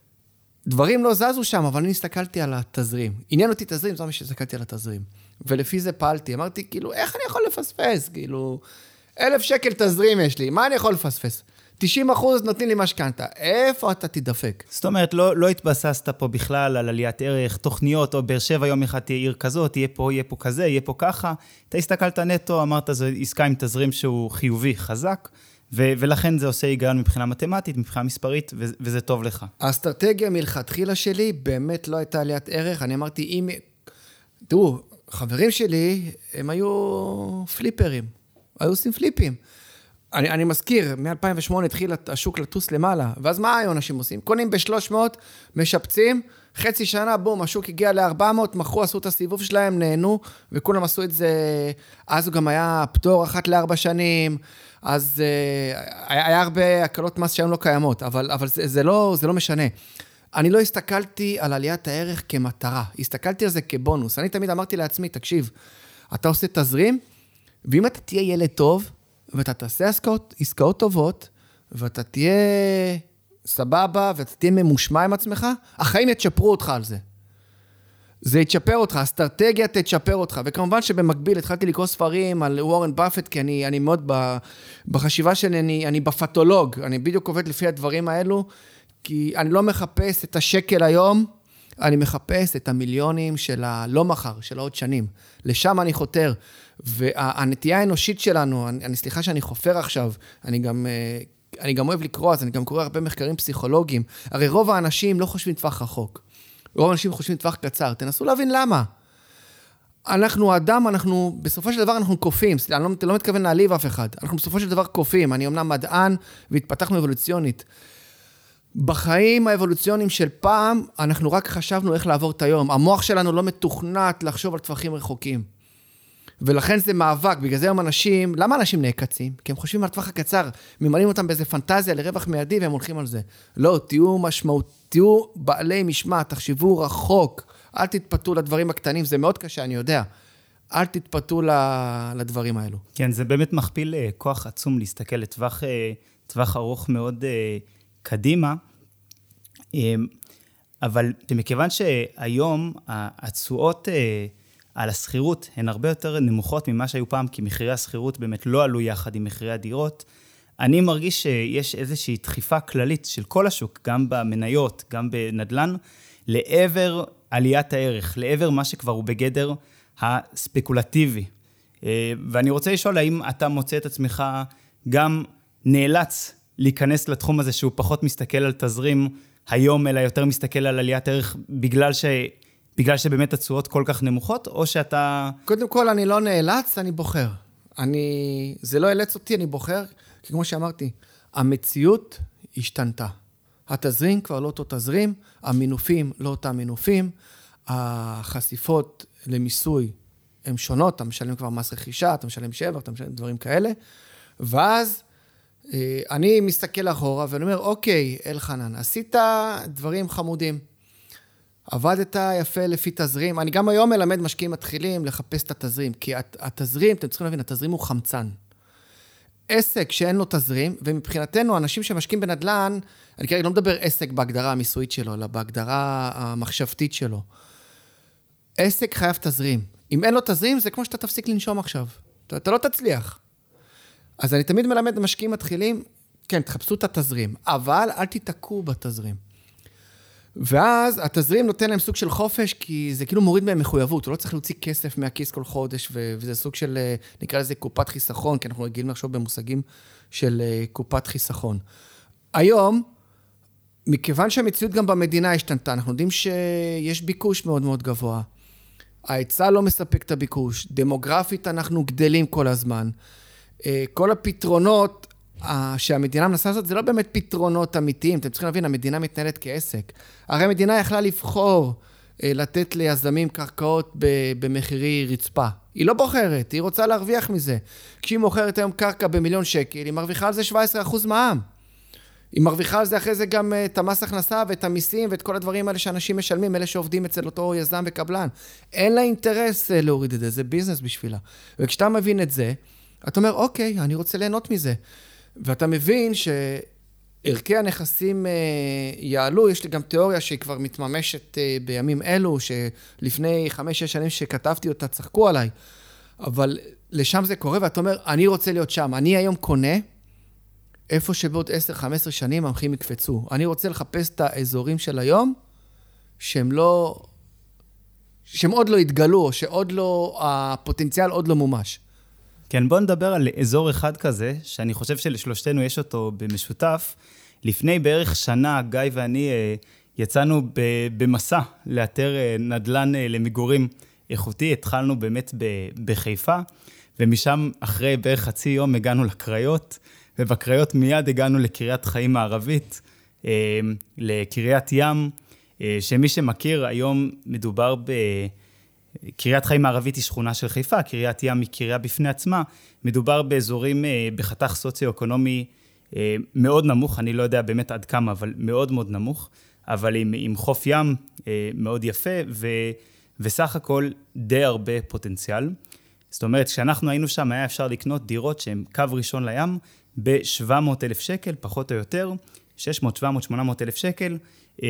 B: דברים לא זזו שם, אבל אני הסתכלתי על התזרים. עניין אותי תזרים, זה מה שהסתכלתי על התזרים. ולפי זה פעלתי. אמרתי, כאילו, איך אני יכול לפספס? כאילו, 1,000 שקל תזרים יש לי, מה אני יכול לפספס? 90% נותנים לי משכנתא. איפה אתה תדפק?
A: זאת אומרת, לא התבססת פה בכלל על עליית ערך, תוכניות, או באר שבע יום אחד תהיה עיר כזאת, יהיה פה כזה, יהיה פה ככה. אתה הסתכלת נטו, אמרת, זו עסקה עם תזרים שהוא חיובי, חזק, ולכן זה עושה היגיון מבחינה מתמטית, מבחינה מספרית, וזה טוב לך.
B: האסטרטגיה מלכתחילה שלי באמת לא הייתה עליית ערך. אני אמרתי, תראו, חברים שלי, הם היו פליפרים, היו עושים פליפים. אני מזכיר, מ-2008 התחיל השוק לטוס למעלה, ואז מה היו אנשים עושים? קונים ב-300, משפצים, חצי שנה, בום, השוק הגיע ל-400, מכרו, עשו את הסיבוב שלהם, נהנו, וכולם עשו את זה, אז הוא גם היה פטור 1 ל-4 שנים, אז היה הרבה הקלות מס שהיום לא קיימות, אבל זה לא משנה. אני לא הסתכלתי על עליית הערך כמטרה, הסתכלתי על זה כבונוס. אני תמיד אמרתי לעצמי, תקשיב, אתה עושה תזרים, ואם אתה תהיה ילד טוב, ואתה תעשה עסקאות טובות, ואתה תהיה סבבה, ואתה תהיה ממושמע עם עצמך, החיים יתשפרו אותך על זה. זה יתשפר אותך, האסטרטגיה תתשפר אותך, וכמובן שבמקביל התחלתי לקרוא ספרים על וורן באפט, כי אני מאוד בחשיבה שלי, אני בפתולוג, אני בדיוק עובד לפי הדברים האלו, כי אני לא מחפש את השקל היום, אני מחפש את המיליונים של הלא מחר, של העוד שנים. לשם אני חותר, והנטייה האנושית שלנו, אני סליחה שאני חופר עכשיו, אני גם אני גם אוהב לקרוא, אז אני גם קורא הרבה מחקרים פסיכולוגיים. הרי רוב האנשים לא חושבים טווח רחוק. רוב האנשים חושבים טווח קצר. תנסו להבין למה. אנחנו אדם, בסופו של דבר אנחנו קופים. אני לא מתכוון להעליב אף אחד. אנחנו בסופו של דבר קופים. אני אומנם מדען והתפתחנו אבולוציונית. בחיים האבולוציוניים של פעם, אנחנו רק חשבנו איך לעבור את היום. המוח שלנו לא מתוכנת לחשוב על טווחים רחוקים. ולכן זה מאבק. בגלל זה היום אנשים, למה אנשים נעקצים? כי הם חושבים על טווח הקצר, ממלאים אותם באיזה פנטזיה לרווח מיידי, והם הולכים על זה. לא, תהיו בעלי משמעת, תחשבו רחוק, אל תתפתו לדברים הקטנים, זה מאוד קשה, אני יודע. אל תתפתו לדברים האלו.
A: כן, זה באמת מכפיל כוח עצום להסתכל לטווח ארוך מאוד קדימה, אבל מכיוון שהיום התשואות על הסחירות הן הרבה יותר נמוכות ממה שהיו פעם, כי מחירי הסחירות באמת לא עלו יחד עם מחירי הדירות, אני מרגיש שיש איזושהי דחיפה כללית של כל השוק, גם במניות, גם בנדלן, לעבר עליית הערך, לעבר מה שכבר הוא בגדר הספקולטיבי. ואני רוצה לשאול, האם אתה מוצא את עצמך גם נאלץ להיכנס לתחום הזה, שהוא פחות מסתכל על תזרים היום, אלא יותר מסתכל על עליית ערך, בגלל שבאמת התשואות כל כך נמוכות, או שאתה...
B: קודם כל, אני לא נאלץ, אני בוחר. זה לא אילץ אותי, אני בוחר, כי כמו שאמרתי, המציאות השתנתה. התזרים כבר לא אותו תזרים, המינופים לא אותם מינופים, החשיפות למיסוי הן שונות, אתה משלם כבר מס רכישה, אתה משלם שבח, אתה משלם דברים כאלה, ואז אני מסתכל אחורה ואני אומר, אוקיי, אלחנן, עשית דברים חמודים, עבדת יפה לפי תזרים, אני גם היום מלמד משקיעים מתחילים לחפש את התזרים, כי התזרים, אתם צריכים להבין, התזרים הוא חמצן. עסק שאין לו תזרים, ומבחינתנו, אנשים שמשקיעים בנדלן, אני כרגע לא מדבר עסק בהגדרה המיסויית שלו, אלא בהגדרה המחשבתית שלו. עסק חייב תזרים. אם אין לו תזרים, זה כמו שאתה תפסיק לנשום עכשיו. אתה לא תצליח. אז אני תמיד מלמד משקיעים מתחילים, כן, תחפשו את התזרים, אבל אל תתעקו בתזרים. ואז התזרים נותן להם סוג של חופש, כי זה כאילו מוריד מהם מחויבות, הוא לא צריך להוציא כסף מהכיס כל חודש, וזה סוג של, נקרא לזה קופת חיסכון, כי אנחנו רגילים לחשוב במושגים של קופת חיסכון. היום, מכיוון שהמציאות גם במדינה השתנתה, אנחנו יודעים שיש ביקוש מאוד מאוד גבוה. ההיצע לא מספק את הביקוש, דמוגרפית אנחנו גדלים כל הזמן. כל הפתרונות שהמדינה מנסה לעשות, זה לא באמת פתרונות אמיתיים. אתם צריכים להבין, המדינה מתנהלת כעסק. הרי המדינה יכלה לבחור לתת ליזמים קרקעות במחירי רצפה. היא לא בוחרת, היא רוצה להרוויח מזה. כשהיא מוכרת היום קרקע ב1,000,000 שקל, היא מרוויחה על זה 17% מע"מ. היא מרוויחה על זה אחרי זה גם את המס הכנסה ואת המיסים ואת כל הדברים האלה שאנשים משלמים, אלה שעובדים אצל אותו יזם וקבלן. אין לה אינטרס להוריד את זה, זה ביזנס בשבילה. וכשאתה מבין את זה, אתה אומר, אוקיי, אני רוצה ליהנות מזה. ואתה מבין שערכי הנכסים יעלו, יש לי גם תיאוריה שהיא כבר מתממשת בימים אלו, שלפני 5-6 שנים שכתבתי אותה, צחקו עליי, אבל לשם זה קורה, ואתה אומר, אני רוצה להיות שם, אני היום קונה, איפה שבעוד 10-15 שנים המחירים יקפצו. אני רוצה לחפש את האזורים של היום, שהם עוד לא התגלו, או שעוד לא, הפוטנציאל עוד לא מומש.
A: כן, בוא נדבר על אזור אחד כזה, שאני חושב שלשלושתנו יש אותו במשותף. לפני בערך שנה, גיא ואני יצאנו במסע לאתר נדל"ן למגורים איכותי. התחלנו באמת בחיפה, ומשם אחרי בערך חצי יום הגענו לקריות, ובקריות מיד הגענו לקריית חיים מערבית, לקריית ים, שמי שמכיר, היום מדובר קריית חיים מערבית היא שכונה של חיפה, קריית ים היא קריה בפני עצמה, מדובר באזורים בחתך סוציו-אקונומי מאוד נמוך, אני לא יודע באמת עד כמה, אבל מאוד מאוד נמוך, אבל עם חוף ים מאוד יפה, וסך הכל די הרבה פוטנציאל. זאת אומרת, כשאנחנו היינו שם, היה אפשר לקנות דירות שהן קו ראשון לים, ב-700,000 שקל, פחות או יותר, 600, 700, 800,000 שקל,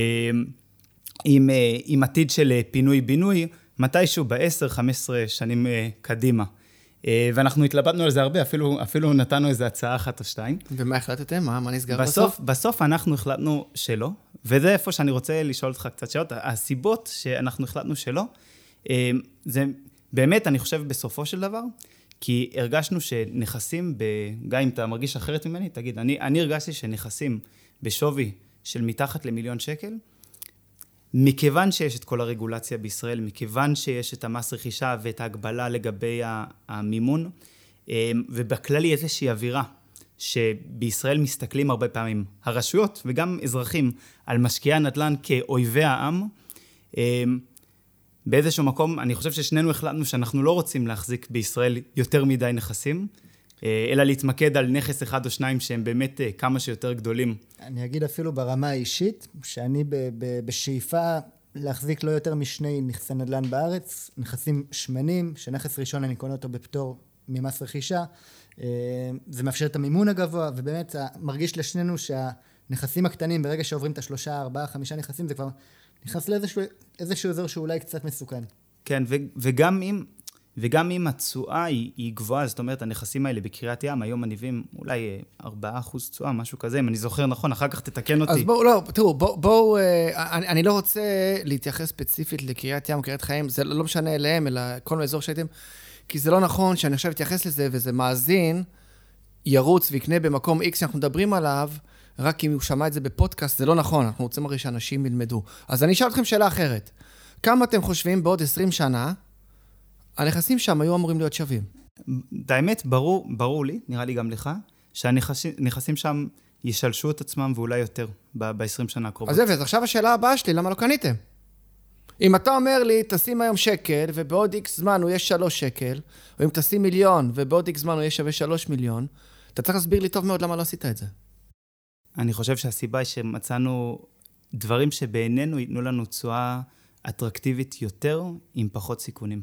A: עם עתיד של פינוי-בינוי, מתישהו ב-10-15 שנים קדימה. ואנחנו התלבטנו על זה הרבה, אפילו נתנו איזו הצעה אחת או שתיים.
B: ומה החלטתם? מה נסגר בסוף?
A: בסוף אנחנו החלטנו שלא, וזה איפה שאני רוצה לשאול אותך קצת שאלות. הסיבות שאנחנו החלטנו שלא, זה באמת, אני חושב בסופו של דבר, כי הרגשנו שנכסים, גם אם אתה מרגיש אחרת ממני, תגיד, אני הרגשתי שנכסים בשווי של מתחת ל1,000,000 שקל, מכיוון שיש את כל הרגולציה בישראל, מכיוון שיש את המס רכישה ואת ההגבלה לגבי המימון, ובכללי איזושהי אווירה, שבישראל מסתכלים הרבה פעמים, הרשויות וגם אזרחים, על משקיעי הנדל"ן כאויבי העם, באיזשהו מקום, אני חושב ששנינו החלטנו שאנחנו לא רוצים להחזיק בישראל יותר מדי נכסים, אלא להתמקד על נכס אחד או שניים שהם באמת כמה שיותר גדולים.
C: אני אגיד אפילו ברמה האישית, שאני בשאיפה להחזיק לא יותר משני נכסי נדל"ן בארץ, נכסים שמנים, שנכס ראשון אני קונה אותו בפטור ממס רכישה, זה מאפשר את המימון הגבוה, ובאמת מרגיש לשנינו שהנכסים הקטנים, ברגע שעוברים את 3, 4, 5 נכסים, זה כבר נכנס לאיזשהו אזור שהוא אולי קצת מסוכן.
A: כן, וגם אם התשואה היא גבוהה, זאת אומרת, הנכסים האלה בקריית ים, היום מניבים אולי 4% תשואה, משהו כזה, אם אני זוכר נכון, אחר כך תתקן אותי.
B: אז בואו, אני לא רוצה להתייחס ספציפית לקריית ים, קריית חיים, זה לא משנה אליהם, אלא כל האזור שהייתם, כי זה לא נכון שאני עכשיו אתייחס לזה, וזה מאזין, ירוץ ויקנה במקום X שאנחנו מדברים עליו, רק אם הוא שמע את זה בפודקאסט, זה לא נכון, אנחנו רוצים הרי שאנשים ילמדו. אז אני אשאל אתכם שאלה אחרת. כמה אתם חושבים בעוד 20 שנה, הנכסים שם היו אמורים להיות שווים?
A: האמת, ברור לי, נראה לי גם לך, שהנכסים שם ישלשו את עצמם ואולי יותר ב-20 שנה הקרובות.
B: אז עכשיו השאלה הבאה שלי, למה לא קניתם? אם אתה אומר לי, תשים היום שקל, ובעוד X זמן הוא יהיה 3 שקל, או אם תשים 1,000,000, ובעוד X זמן הוא יהיה שווה 3 מיליון, אתה צריך להסביר לי טוב מאוד למה לא עשית את זה.
A: אני חושב שהסיבה היא שמצאנו דברים שבעינינו ייתנו לנו תשואה אטרקטיבית יותר, עם פחות סיכונים.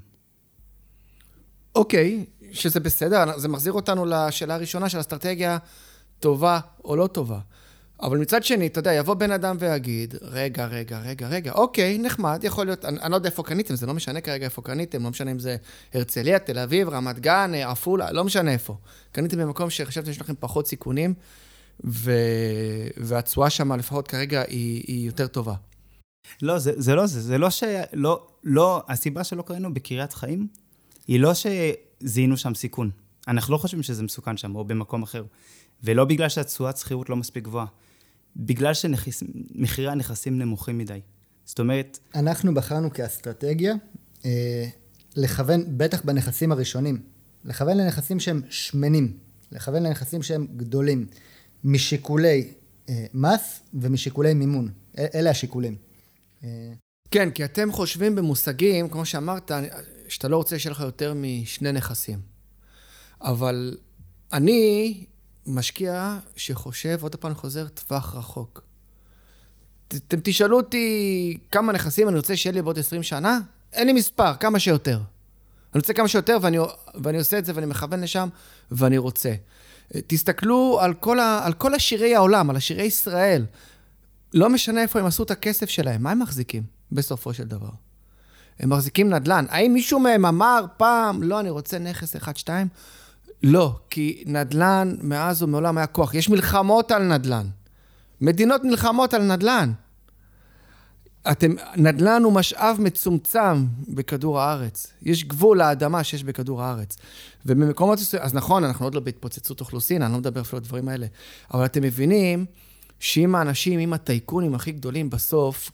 B: אוקיי, שזה בסדר, זה מחזיר אותנו לשאלה הראשונה של אסטרטגיה טובה או לא טובה. אבל מצד שני, אתה יודע, יבוא בן אדם ויגיד, רגע, אוקיי, נחמד, יכול להיות, אני לא יודע איפה קניתם, זה לא משנה כרגע איפה קניתם, לא משנה אם זה הרצליה, תל אביב, רמת גן, עפולה, לא משנה איפה. קניתם במקום שחשבתם שיש לכם פחות סיכונים, והתשואה שם לפחות כרגע היא יותר טובה.
A: לא, זה לא, הסיבה שלא קראנו בקריית חיים, היא לא שזיהינו שם סיכון. אנחנו לא חושבים שזה מסוכן שם, או במקום אחר. ולא בגלל שהתשואת שכירות לא מספיק גבוהה. בגלל שמחירי הנכסים נמוכים מדי. זאת אומרת...
C: אנחנו בחרנו כאסטרטגיה, לכוון, בטח בנכסים הראשונים, לכוון לנכסים שהם שמנים, לכוון לנכסים שהם גדולים, משיקולי מס ומשיקולי מימון. אלה השיקולים.
B: כן, כי אתם חושבים במושגים, כמו שאמרת, שאתה לא רוצה שיהיה לך יותר משני נכסים. אבל אני משקיע שחושב, עוד פעם חוזר, טווח רחוק. אתם תשאלו אותי כמה נכסים אני רוצה שיהיה לי בעוד 20 שנה? אין לי מספר, כמה שיותר. אני רוצה כמה שיותר ואני עושה את זה ואני מכוון לשם ואני רוצה. תסתכלו על כל השירי העולם, על השירי ישראל. לא משנה איפה הם עשו את הכסף שלהם. מה הם מחזיקים בסופו של דבר? הם מחזיקים נדל"ן. האם מישהו מהם אמר פעם, לא, אני רוצה נכס 1, 2? לא, כי נדל"ן מאז ומעולם היה כוח. יש מלחמות על נדל"ן. מדינות נלחמות על נדל"ן. נדל"ן הוא משאב מצומצם בכדור הארץ. יש גבול לאדמה שיש בכדור הארץ. ובמקומות, אז נכון, אנחנו עוד לא בהתפוצצות אוכלוסין, אני לא מדבר אפילו על הדברים האלה, אבל אתם מבינים שאם האנשים, אם הטייקונים הכי גדולים בסוף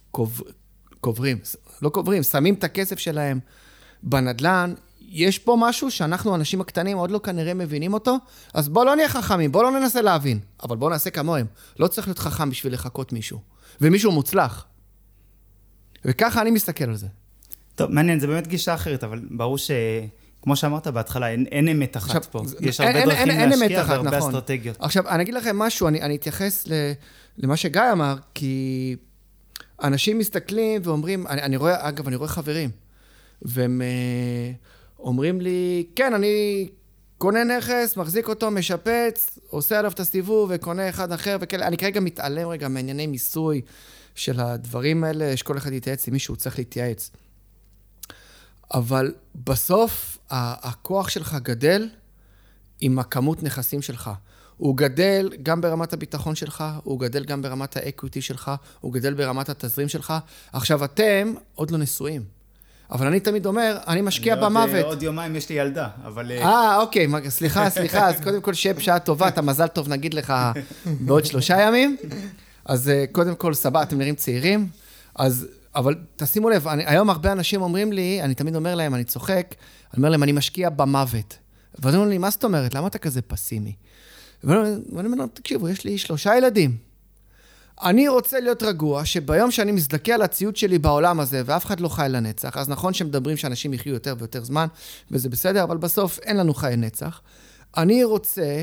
B: שמים את הכסף שלהם בנדל"ן, יש פה משהו שאנחנו, האנשים הקטנים, עוד לא כנראה מבינים אותו, אז בואו לא נהיה חכמים, בואו לא ננסה להבין, אבל בואו נעשה כמוהם. לא צריך להיות חכם בשביל לחכות מישהו, ומישהו מוצלח. וככה אני מסתכל על זה.
A: טוב, מעניין, זה באמת גישה אחרת, אבל ברור שכמו שאמרת בהתחלה, אין אמת אחת פה. יש הרבה דרכים להשקיע והרבה אסטרטגיות.
B: עכשיו, אני אגיד לכם משהו, אני אתייחס למה שגיא אמר, כי אנשים מסתכלים ואומרים, אני רואה חברים, והם אומרים לי, כן, אני קונה נכס, מחזיק אותו, משפץ, עושה עליו את הסיבוב וקונה אחד אחר וכאלה. אני כרגע מתעלם רגע מענייני מיסוי של הדברים האלה, שכל אחד יתייעץ עם מישהו, צריך להתייעץ. אבל בסוף הכוח שלך גדל עם הכמות נכסים שלך. הוא גדל גם ברמת הביטחון שלך, הוא גדל גם ברמת האקוויטי שלך, הוא גדל ברמת התזרים שלך. עכשיו אתם עוד לא נשואים. אבל אני תמיד אומר, אני משקיע במוות.
A: עוד יומיים יש לי ילדה, אבל...
B: אוקיי, סליחה, אז קודם כל שיהיה בשעה טובה, אתה מזל טוב נגיד לך בעוד 3 ימים, אז קודם כל סבבה, אתם נראים צעירים, אבל תשימו לב, היום הרבה אנשים אומרים לי, אני תמיד אומר להם, אני צוחק, אני אומר להם, אני משקיע במוות. ואני אומר לי, מה זאת אומרת? למה אתה כזה פסימי? ואני אומר להם, תקשיבו, יש לי 3 ילדים. אני רוצה להיות רגוע, שביום שאני מזדכה על הציוד שלי בעולם הזה, ואף אחד לא חי לנצח, אז נכון שמדברים שאנשים יחיו יותר ויותר זמן, וזה בסדר, אבל בסוף אין לנו חיי נצח. אני רוצה,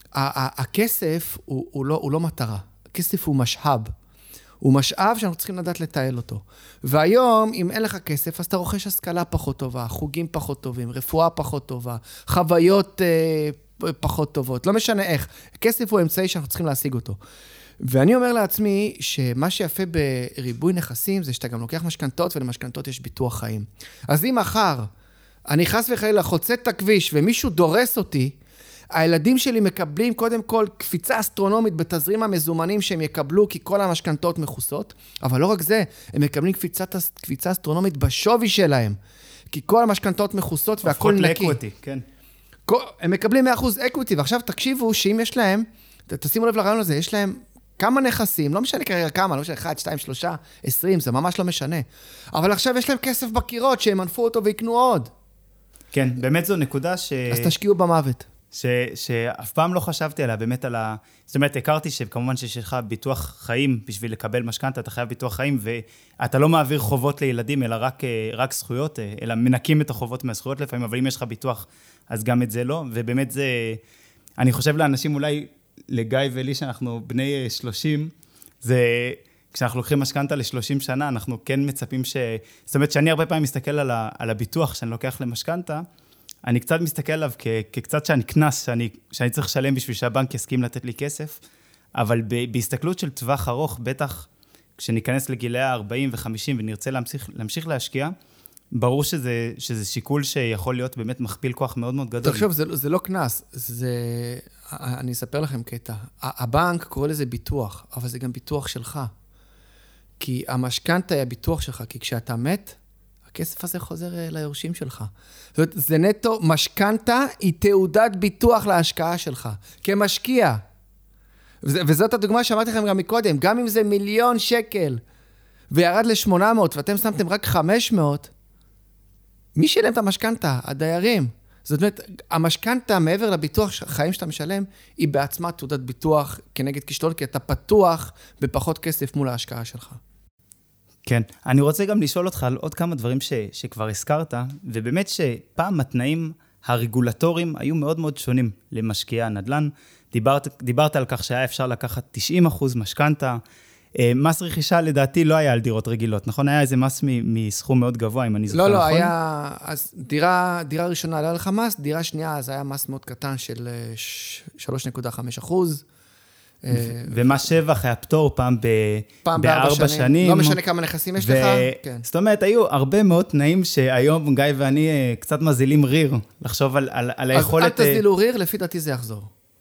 B: הכסף הוא לא מטרה. הכסף הוא משאב. הוא משאב שאנחנו צריכים לדעת לתעל אותו. והיום, אם אין לך כסף, אז אתה רוכש השכלה פחות טובה, חוגים פחות טובים, רפואה פחות טובה, חוויות פחות טובות, לא משנה איך. הכסף הוא אמצעי שאנחנו צריכים להשיג אותו. ואני אומר לעצמי שמה שיפה בריבוי נכסים זה שאתה גם לוקח משכנתות, ולמשכנתות יש ביטוח חיים. אז אם מחר אני חס וחלילה חוצה את הכביש ומישהו דורס אותי, הילדים שלי מקבלים קודם כל קפיצה אסטרונומית בתזרים המזומנים שהם יקבלו כי כל המשכנתות מכוסות, אבל לא רק זה, הם מקבלים קפיצה אסטרונומית בשווי שלהם, כי כל המשכנתות מכוסות והכל נקי.
A: הופכות לאקוויטי, כן.
B: הם מקבלים 100% אקוויטי, ועכשיו תקשיבו שאם יש להם, תשימו לב לרעיון הזה, יש להם כמה נכסים, לא משנה כרגע כמה, לא משנה 1, 2, 3, 20, זה ממש לא משנה. אבל עכשיו יש להם כסף בקירות שהם מנפו אותו ויקנו עוד.
A: כן, באמת זו נקודה
B: אז תשקיעו במוות.
A: שאף פעם לא חשבתי עליה, באמת על זאת אומרת, הכרתי שכמובן שיש לך ביטוח חיים בשביל לקבל משכנתא, אתה חייב ביטוח חיים, ואתה לא מעביר חובות לילדים, אלא רק זכויות, אלא מנקים את החובות מהזכויות לפעמים, אבל אם יש לך ביטוח, אז גם את זה לא, ובאמת זה, אני חושב לאנשים אולי, לגיא ולי שאנחנו בני 30, זה, כשאנחנו לוקחים משכנתא ל-30 שנה, אנחנו כן מצפים זאת אומרת, שאני הרבה פעמים מסתכל על הביטוח שאני לוקח למשכנתא, אני קצת מסתכל עליו כקצת שאני כנס, שאני צריך לשלם בשביל שהבנק יסכים לתת לי כסף, אבל בהסתכלות של טווח ארוך, בטח כשניכנס לגילי ה-40 ו-50 ונרצה להמשיך להשקיע, ברור שזה שיקול שיכול להיות באמת מכפיל כוח מאוד מאוד גדול.
B: תחשוב, זה לא כנס, אני אספר לכם קטע. הבנק קורא לזה ביטוח, אבל זה גם ביטוח שלך. כי המשכנתא היא הביטוח שלך, כי כשאתה מת, הכסף הזה חוזר ליורשים שלך. זאת אומרת, זה נטו, משכנתא היא תעודת ביטוח להשקעה שלך, כמשקיע. וזאת הדוגמה שאמרתי לכם גם מקודם, גם אם זה 1,000,000 שקל, וירד ל-800, ואתם שמתם רק 500, מי שילם את המשכנתא? הדיירים. זאת אומרת, המשכנתא מעבר לביטוח חיים שאתה משלם, היא בעצמה תעודת ביטוח כנגד כישלון, כי אתה פתוח בפחות כסף מול ההשקעה שלך.
A: כן, אני רוצה גם לשאול אותך על עוד כמה דברים שכבר הזכרת, ובאמת שפעם התנאים הרגולטוריים היו מאוד מאוד שונים למשקיעי הנדל"ן. דיברת על כך שהיה אפשר לקחת 90% משכנתא, מס רכישה לדעתי לא היה על דירות רגילות, נכון? היה איזה מס מסכום מאוד גבוה, אם אני זוכר נכון?
B: לא, היה, אז דירה ראשונה לא היה לך מס, דירה שנייה אז היה מס מאוד קטן של 3.5%.
A: ומס שבח היה פטור פעם ב4 שנים.
B: לא משנה כמה נכסים יש לך. כן.
A: זאת אומרת, היו הרבה מאוד תנאים שהיום גיא ואני קצת מזילים ריר, לחשוב על היכולת...
B: אז אל תזילו ריר, לפי דעתי זה יחזור.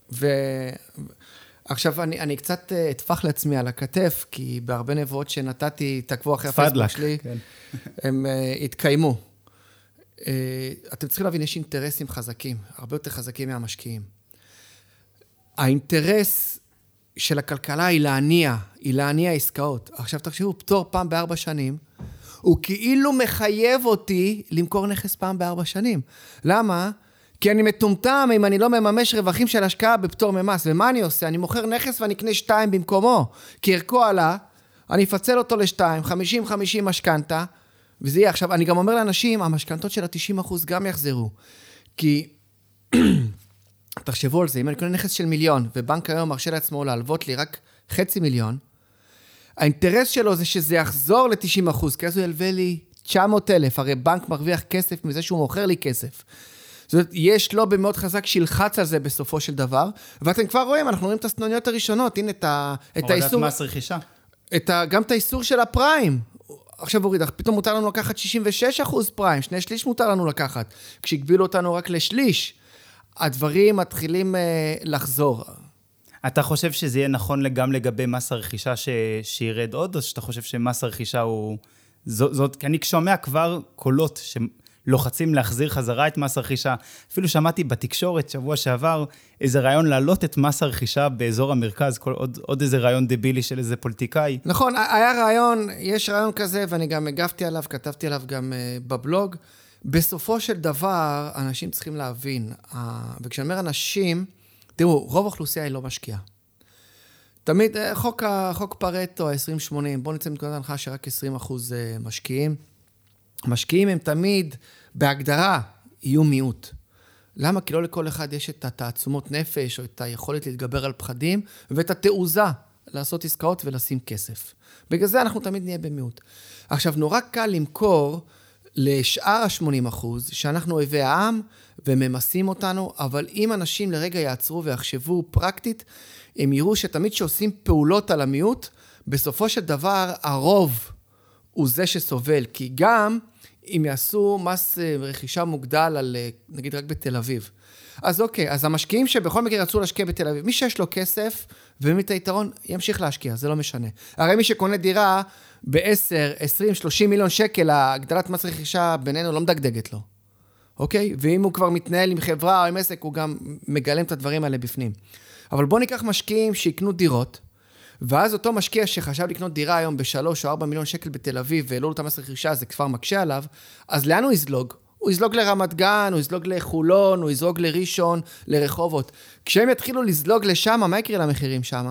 B: עכשיו אני קצת אטפח לעצמי על הכתף, כי בהרבה נבואות שנתתי, תעקבו אחרי הפייסבוק שלי, הם התקיימו. אתם צריכים להבין, יש אינטרסים חזקים, הרבה יותר חזקים מהמשקיעים. האינטרס של הכלכלה היא להניע עסקאות. עכשיו תחשבו, פטור פעם ב4 שנים, הוא כאילו מחייב אותי למכור נכס פעם ב4 שנים. למה? כי אני מטומטם אם אני לא מממש רווחים של השקעה בפטור ממס. ומה אני עושה? אני מוכר נכס ואני אקנה 2 במקומו. כי ערכו עלה, אני אפצל אותו ל2, 50-50 משכנתא, וזה יהיה. עכשיו, אני גם אומר לאנשים, המשכנתות של ה-90% גם יחזרו. כי תחשבו על זה, אם אני קונה נכס של 1,000,000, ובנק היום מרשה לעצמו להלוות לי רק 500,000, האינטרס שלו זה שזה יחזור ל-90%, כי אז הוא ילווה לי 900,000, הרי בנק מרוויח כסף מזה שהוא מוכר לי כסף. זאת אומרת, יש לו במאוד חזק שילחץ על זה בסופו של דבר, ואתם כבר רואים, אנחנו רואים את הסנוניות הראשונות, הנה את האיסור...
A: הורדת מס רכישה.
B: גם את האיסור של הפריים. עכשיו הוריד, פתאום מותר לנו לקחת 66% פריים, 2/3 מותר לנו לקחת, כשהגבילו אותנו רק לשליש. הדברים מתחילים לחזור.
A: אתה חושב שזה יהיה נכון גם לגבי מס הרכישה שירד עוד, או שאתה חושב שמס הרכישה זאת, כי אני שומע כבר קולות שלוחצים להחזיר חזרה את מס הרכישה. אפילו שמעתי בתקשורת שבוע שעבר איזה רעיון להעלות את מס הרכישה באזור המרכז, עוד איזה רעיון דבילי של איזה פוליטיקאי.
B: נכון, היה רעיון, יש רעיון כזה, ואני גם הגבתי עליו, כתבתי עליו גם בבלוג. בסופו של דבר, אנשים צריכים להבין, וכשאני אומר אנשים, תראו, רוב האוכלוסייה היא לא משקיעה. תמיד, חוק פרטו, 20-80, בואו נצא מנקודת ההנחה שרק 20% משקיעים. משקיעים הם תמיד, בהגדרה, יהיו מיעוט. למה? כי לא לכל אחד יש את התעצומות נפש, או את היכולת להתגבר על פחדים, ואת התעוזה לעשות עסקאות ולשים כסף. בגלל זה אנחנו תמיד נהיה במיעוט. עכשיו, נורא קל למכור לשאר ה-80%, שאנחנו אויבי העם, וממסים אותנו, אבל אם אנשים לרגע יעצרו ויחשבו פרקטית, הם יראו שתמיד שעושים פעולות על המיעוט, בסופו של דבר הרוב הוא זה שסובל, כי גם אם יעשו מס רכישה מוגדל על, נגיד רק בתל אביב. אז אוקיי, אז המשקיעים שבכל מקרה רצו להשקיע בתל אביב, מי שיש לו כסף ומי את היתרון, ימשיך להשקיע, זה לא משנה. הרי מי שקונה דירה ב-10, 20, 30 מיליון שקל, הגדלת מס רכישה בינינו לא מדגדגת לו. אוקיי? ואם הוא כבר מתנהל עם חברה או עם עסק, הוא גם מגלם את הדברים האלה בפנים. אבל בוא ניקח משקיעים שיקנו דירות, ואז אותו משקיע שחשב לקנות דירה היום ב3 או 4 מיליון שקל בתל אביב, ולא את המס רכישה, זה כבר מקשה עליו, אז לאן הוא יזלוג? הוא יזלוג לרמת גן, הוא יזלוג לחולון, הוא יזלוג לראשון, לרחובות. כשהם יתחילו לזלוג לשם, מה יקרה למחירים שם?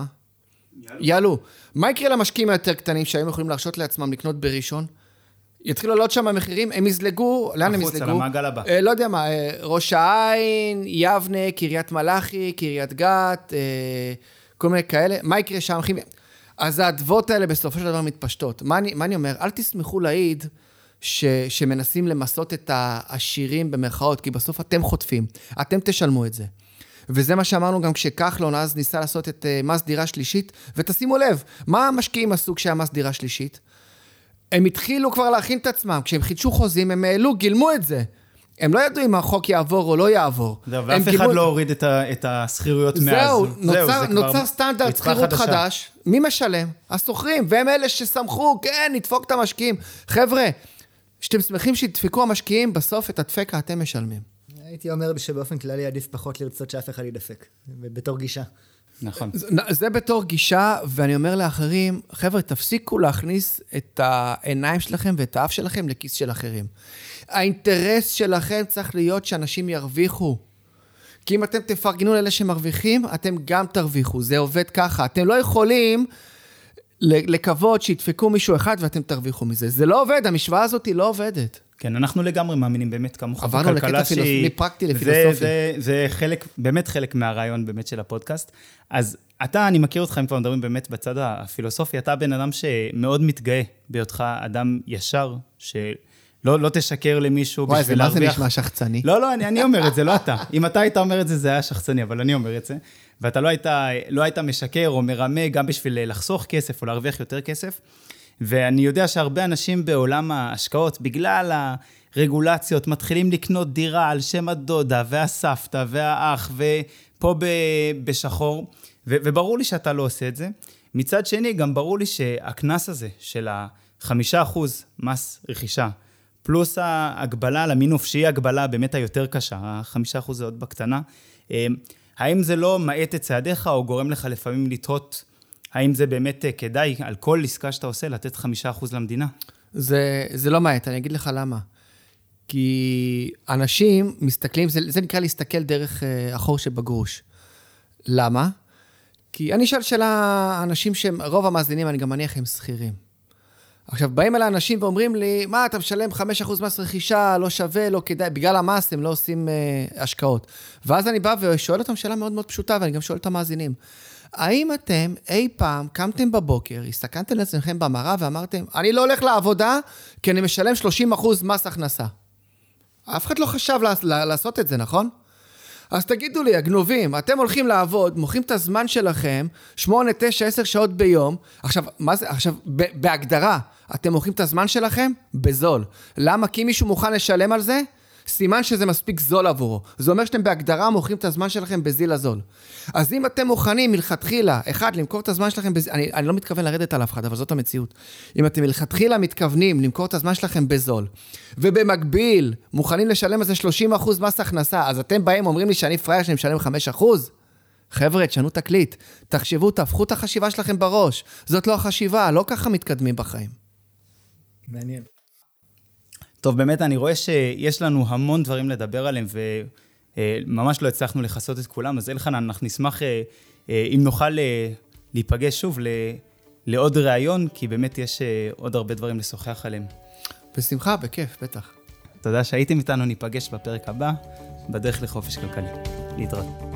B: יעלו. מה יקרה למשקיעים היותר קטנים שהיום יכולים להרשות לעצמם לקנות בראשון? יתחילו לעלות שם המחירים, הם יזלגו, לאן הם יזלגו?
A: החוץ, על המעגל הבא.
B: לא יודע מה, ראש העין, יבנה, קריית מלאכי, קריית גת, כל מיני כאלה. מה יקרה שם? אז העדבות האלה בסופו של דבר מתפשטות. מה אני אומר? אל תסמכו להעיד שמנסים למסות את העשירים במרכאות, כי בסוף אתם חוטפים, אתם תשלמו את זה. וזה מה שאמרנו גם כשכחלון אז ניסה לעשות את מס דירה שלישית, ותשימו לב, מה המשקיעים עשו כשהיה מס דירה שלישית? הם התחילו כבר להכין את עצמם, כשהם חידשו חוזים, הם העלו, גילמו את זה. הם לא ידעו אם החוק יעבור או לא יעבור.
A: ואף אחד לא הוריד את הסחירויות מאז.
B: זהו, נוצר סטנדרט סחירות חדש. מי משלם? הסוחרים, והם אלה שסמכו, כן, נדפוק את המשקיעים. חבר'ה, שאתם שמחים שידפקו המשקיעים, בסוף את הדפקה אתם משלמים.
C: הייתי אומר שבאופן כללי עדיף פחות לרצות שאף אחד ידפק, בתור גישה.
A: נכון.
B: זה בתור גישה, ואני אומר לאחרים, חבר'ה, תפסיקו להכניס את העיניים שלכם ואת האף שלכם לכיס של אחרים. האינטרס שלכם צריך להיות שאנשים ירוויחו. כי אם אתם תפרגנו לאלה שמרוויחים, אתם גם תרוויחו. זה עובד ככה. אתם לא יכולים לקוות שידפקו מישהו אחד ואתם תרוויחו מזה. זה לא עובד, המשוואה הזאת היא לא עובדת.
A: כן, אנחנו לגמרי מאמינים באמת כמוך
B: עברנו לקטע מפרקטי לפילוסופי.
A: זה חלק, באמת חלק מהרעיון באמת של הפודקאסט. אז אתה, אני מכיר אותך, אם כבר מדברים באמת בצד הפילוסופי, אתה בן אדם שמאוד מתגאה בהיותך אדם ישר, שלא תשקר למישהו בשביל להרוויח.
B: וואי, זה מה זה נשמע שחצני?
A: לא, אני אומר את זה, לא אתה. אם אתה היית אומר את זה, זה היה שחצני, אבל אני אומר את זה. ואתה לא היית משקר או מרמה גם בשביל לחסוך כסף או להרוויח יותר כסף. ואני יודע שהרבה אנשים בעולם ההשקעות, בגלל הרגולציות, מתחילים לקנות דירה על שם הדודה והסבתא והאח, ופה בשחור, וברור לי שאתה לא עושה את זה. מצד שני, גם ברור לי שהכנס הזה של 5% מס רכישה, פלוס ההגבלה למינוף, שהיא הגבלה באמת היותר קשה, 5% זה עוד בקטנה, האם זה לא מעט את צעדיך, או גורם לך לפעמים לתהות, האם זה באמת כדאי על כל עסקה שאתה עושה לתת 5% למדינה?
B: זה לא מעט, אני אגיד לך למה. כי אנשים מסתכלים, זה נקרא להסתכל דרך החור שבגרוש. למה? כי אני אשאל שאלה, אנשים שרוב המאזינים, אני גם מניח, הם שכירים. עכשיו, באים אל האנשים ואומרים לי, מה, אתה משלם 5% מס רכישה, לא שווה, לא כדאי, בגלל המס הם לא עושים השקעות. ואז אני בא ושואל אותם שאלה מאוד מאוד פשוטה, ואני גם שואל את המאזינים. האם אתם אי פעם קמתם בבוקר, הסתכלתם לעצמכם במראה ואמרתם, אני לא הולך לעבודה כי אני משלם 30% מס הכנסה. אף אחד לא חשב לעשות את זה, נכון? אז תגידו לי, הגנובים, אתם הולכים לעבוד, מוכרים את הזמן שלכם, 8, 9, 10 שעות ביום. עכשיו, מה זה? עכשיו, בהגדרה, אתם מוכרים את הזמן שלכם בזול. למה? כי מישהו מוכן לשלם על זה? סימן שזה מספיק זול עבורו. זה אומר שאתם בהגדרה מוכרים את הזמן שלכם בזיל הזול. אז אם אתם מוכנים מלכתחילה, אחד, למכור את הזמן שלכם בזיל, אני לא מתכוון לרדת על אף אחד, אבל זאת המציאות. אם אתם מלכתחילה מתכוונים למכור את הזמן שלכם בזול, ובמקביל מוכנים לשלם על זה 30% מס הכנסה, אז אתם באים אומרים לי שאני פרייר שאני משלם 5%? חבר'ה, תשנו תקליט, תחשבו, תהפכו את החשיבה שלכם בראש. זאת לא החשיבה, לא ככה מתקדמים בחיים.
C: מעניין.
A: טוב, באמת אני רואה שיש לנו המון דברים לדבר עליהם, וממש לא הצלחנו לחסות את כולם, אז אלחנן, אנחנו נשמח אם נוכל להיפגש שוב לעוד ראיון, כי באמת יש עוד הרבה דברים לשוחח עליהם.
B: בשמחה, בכיף, בטח.
A: תודה שהייתם איתנו, ניפגש בפרק הבא, בדרך לחופש כלכלי. להתראות.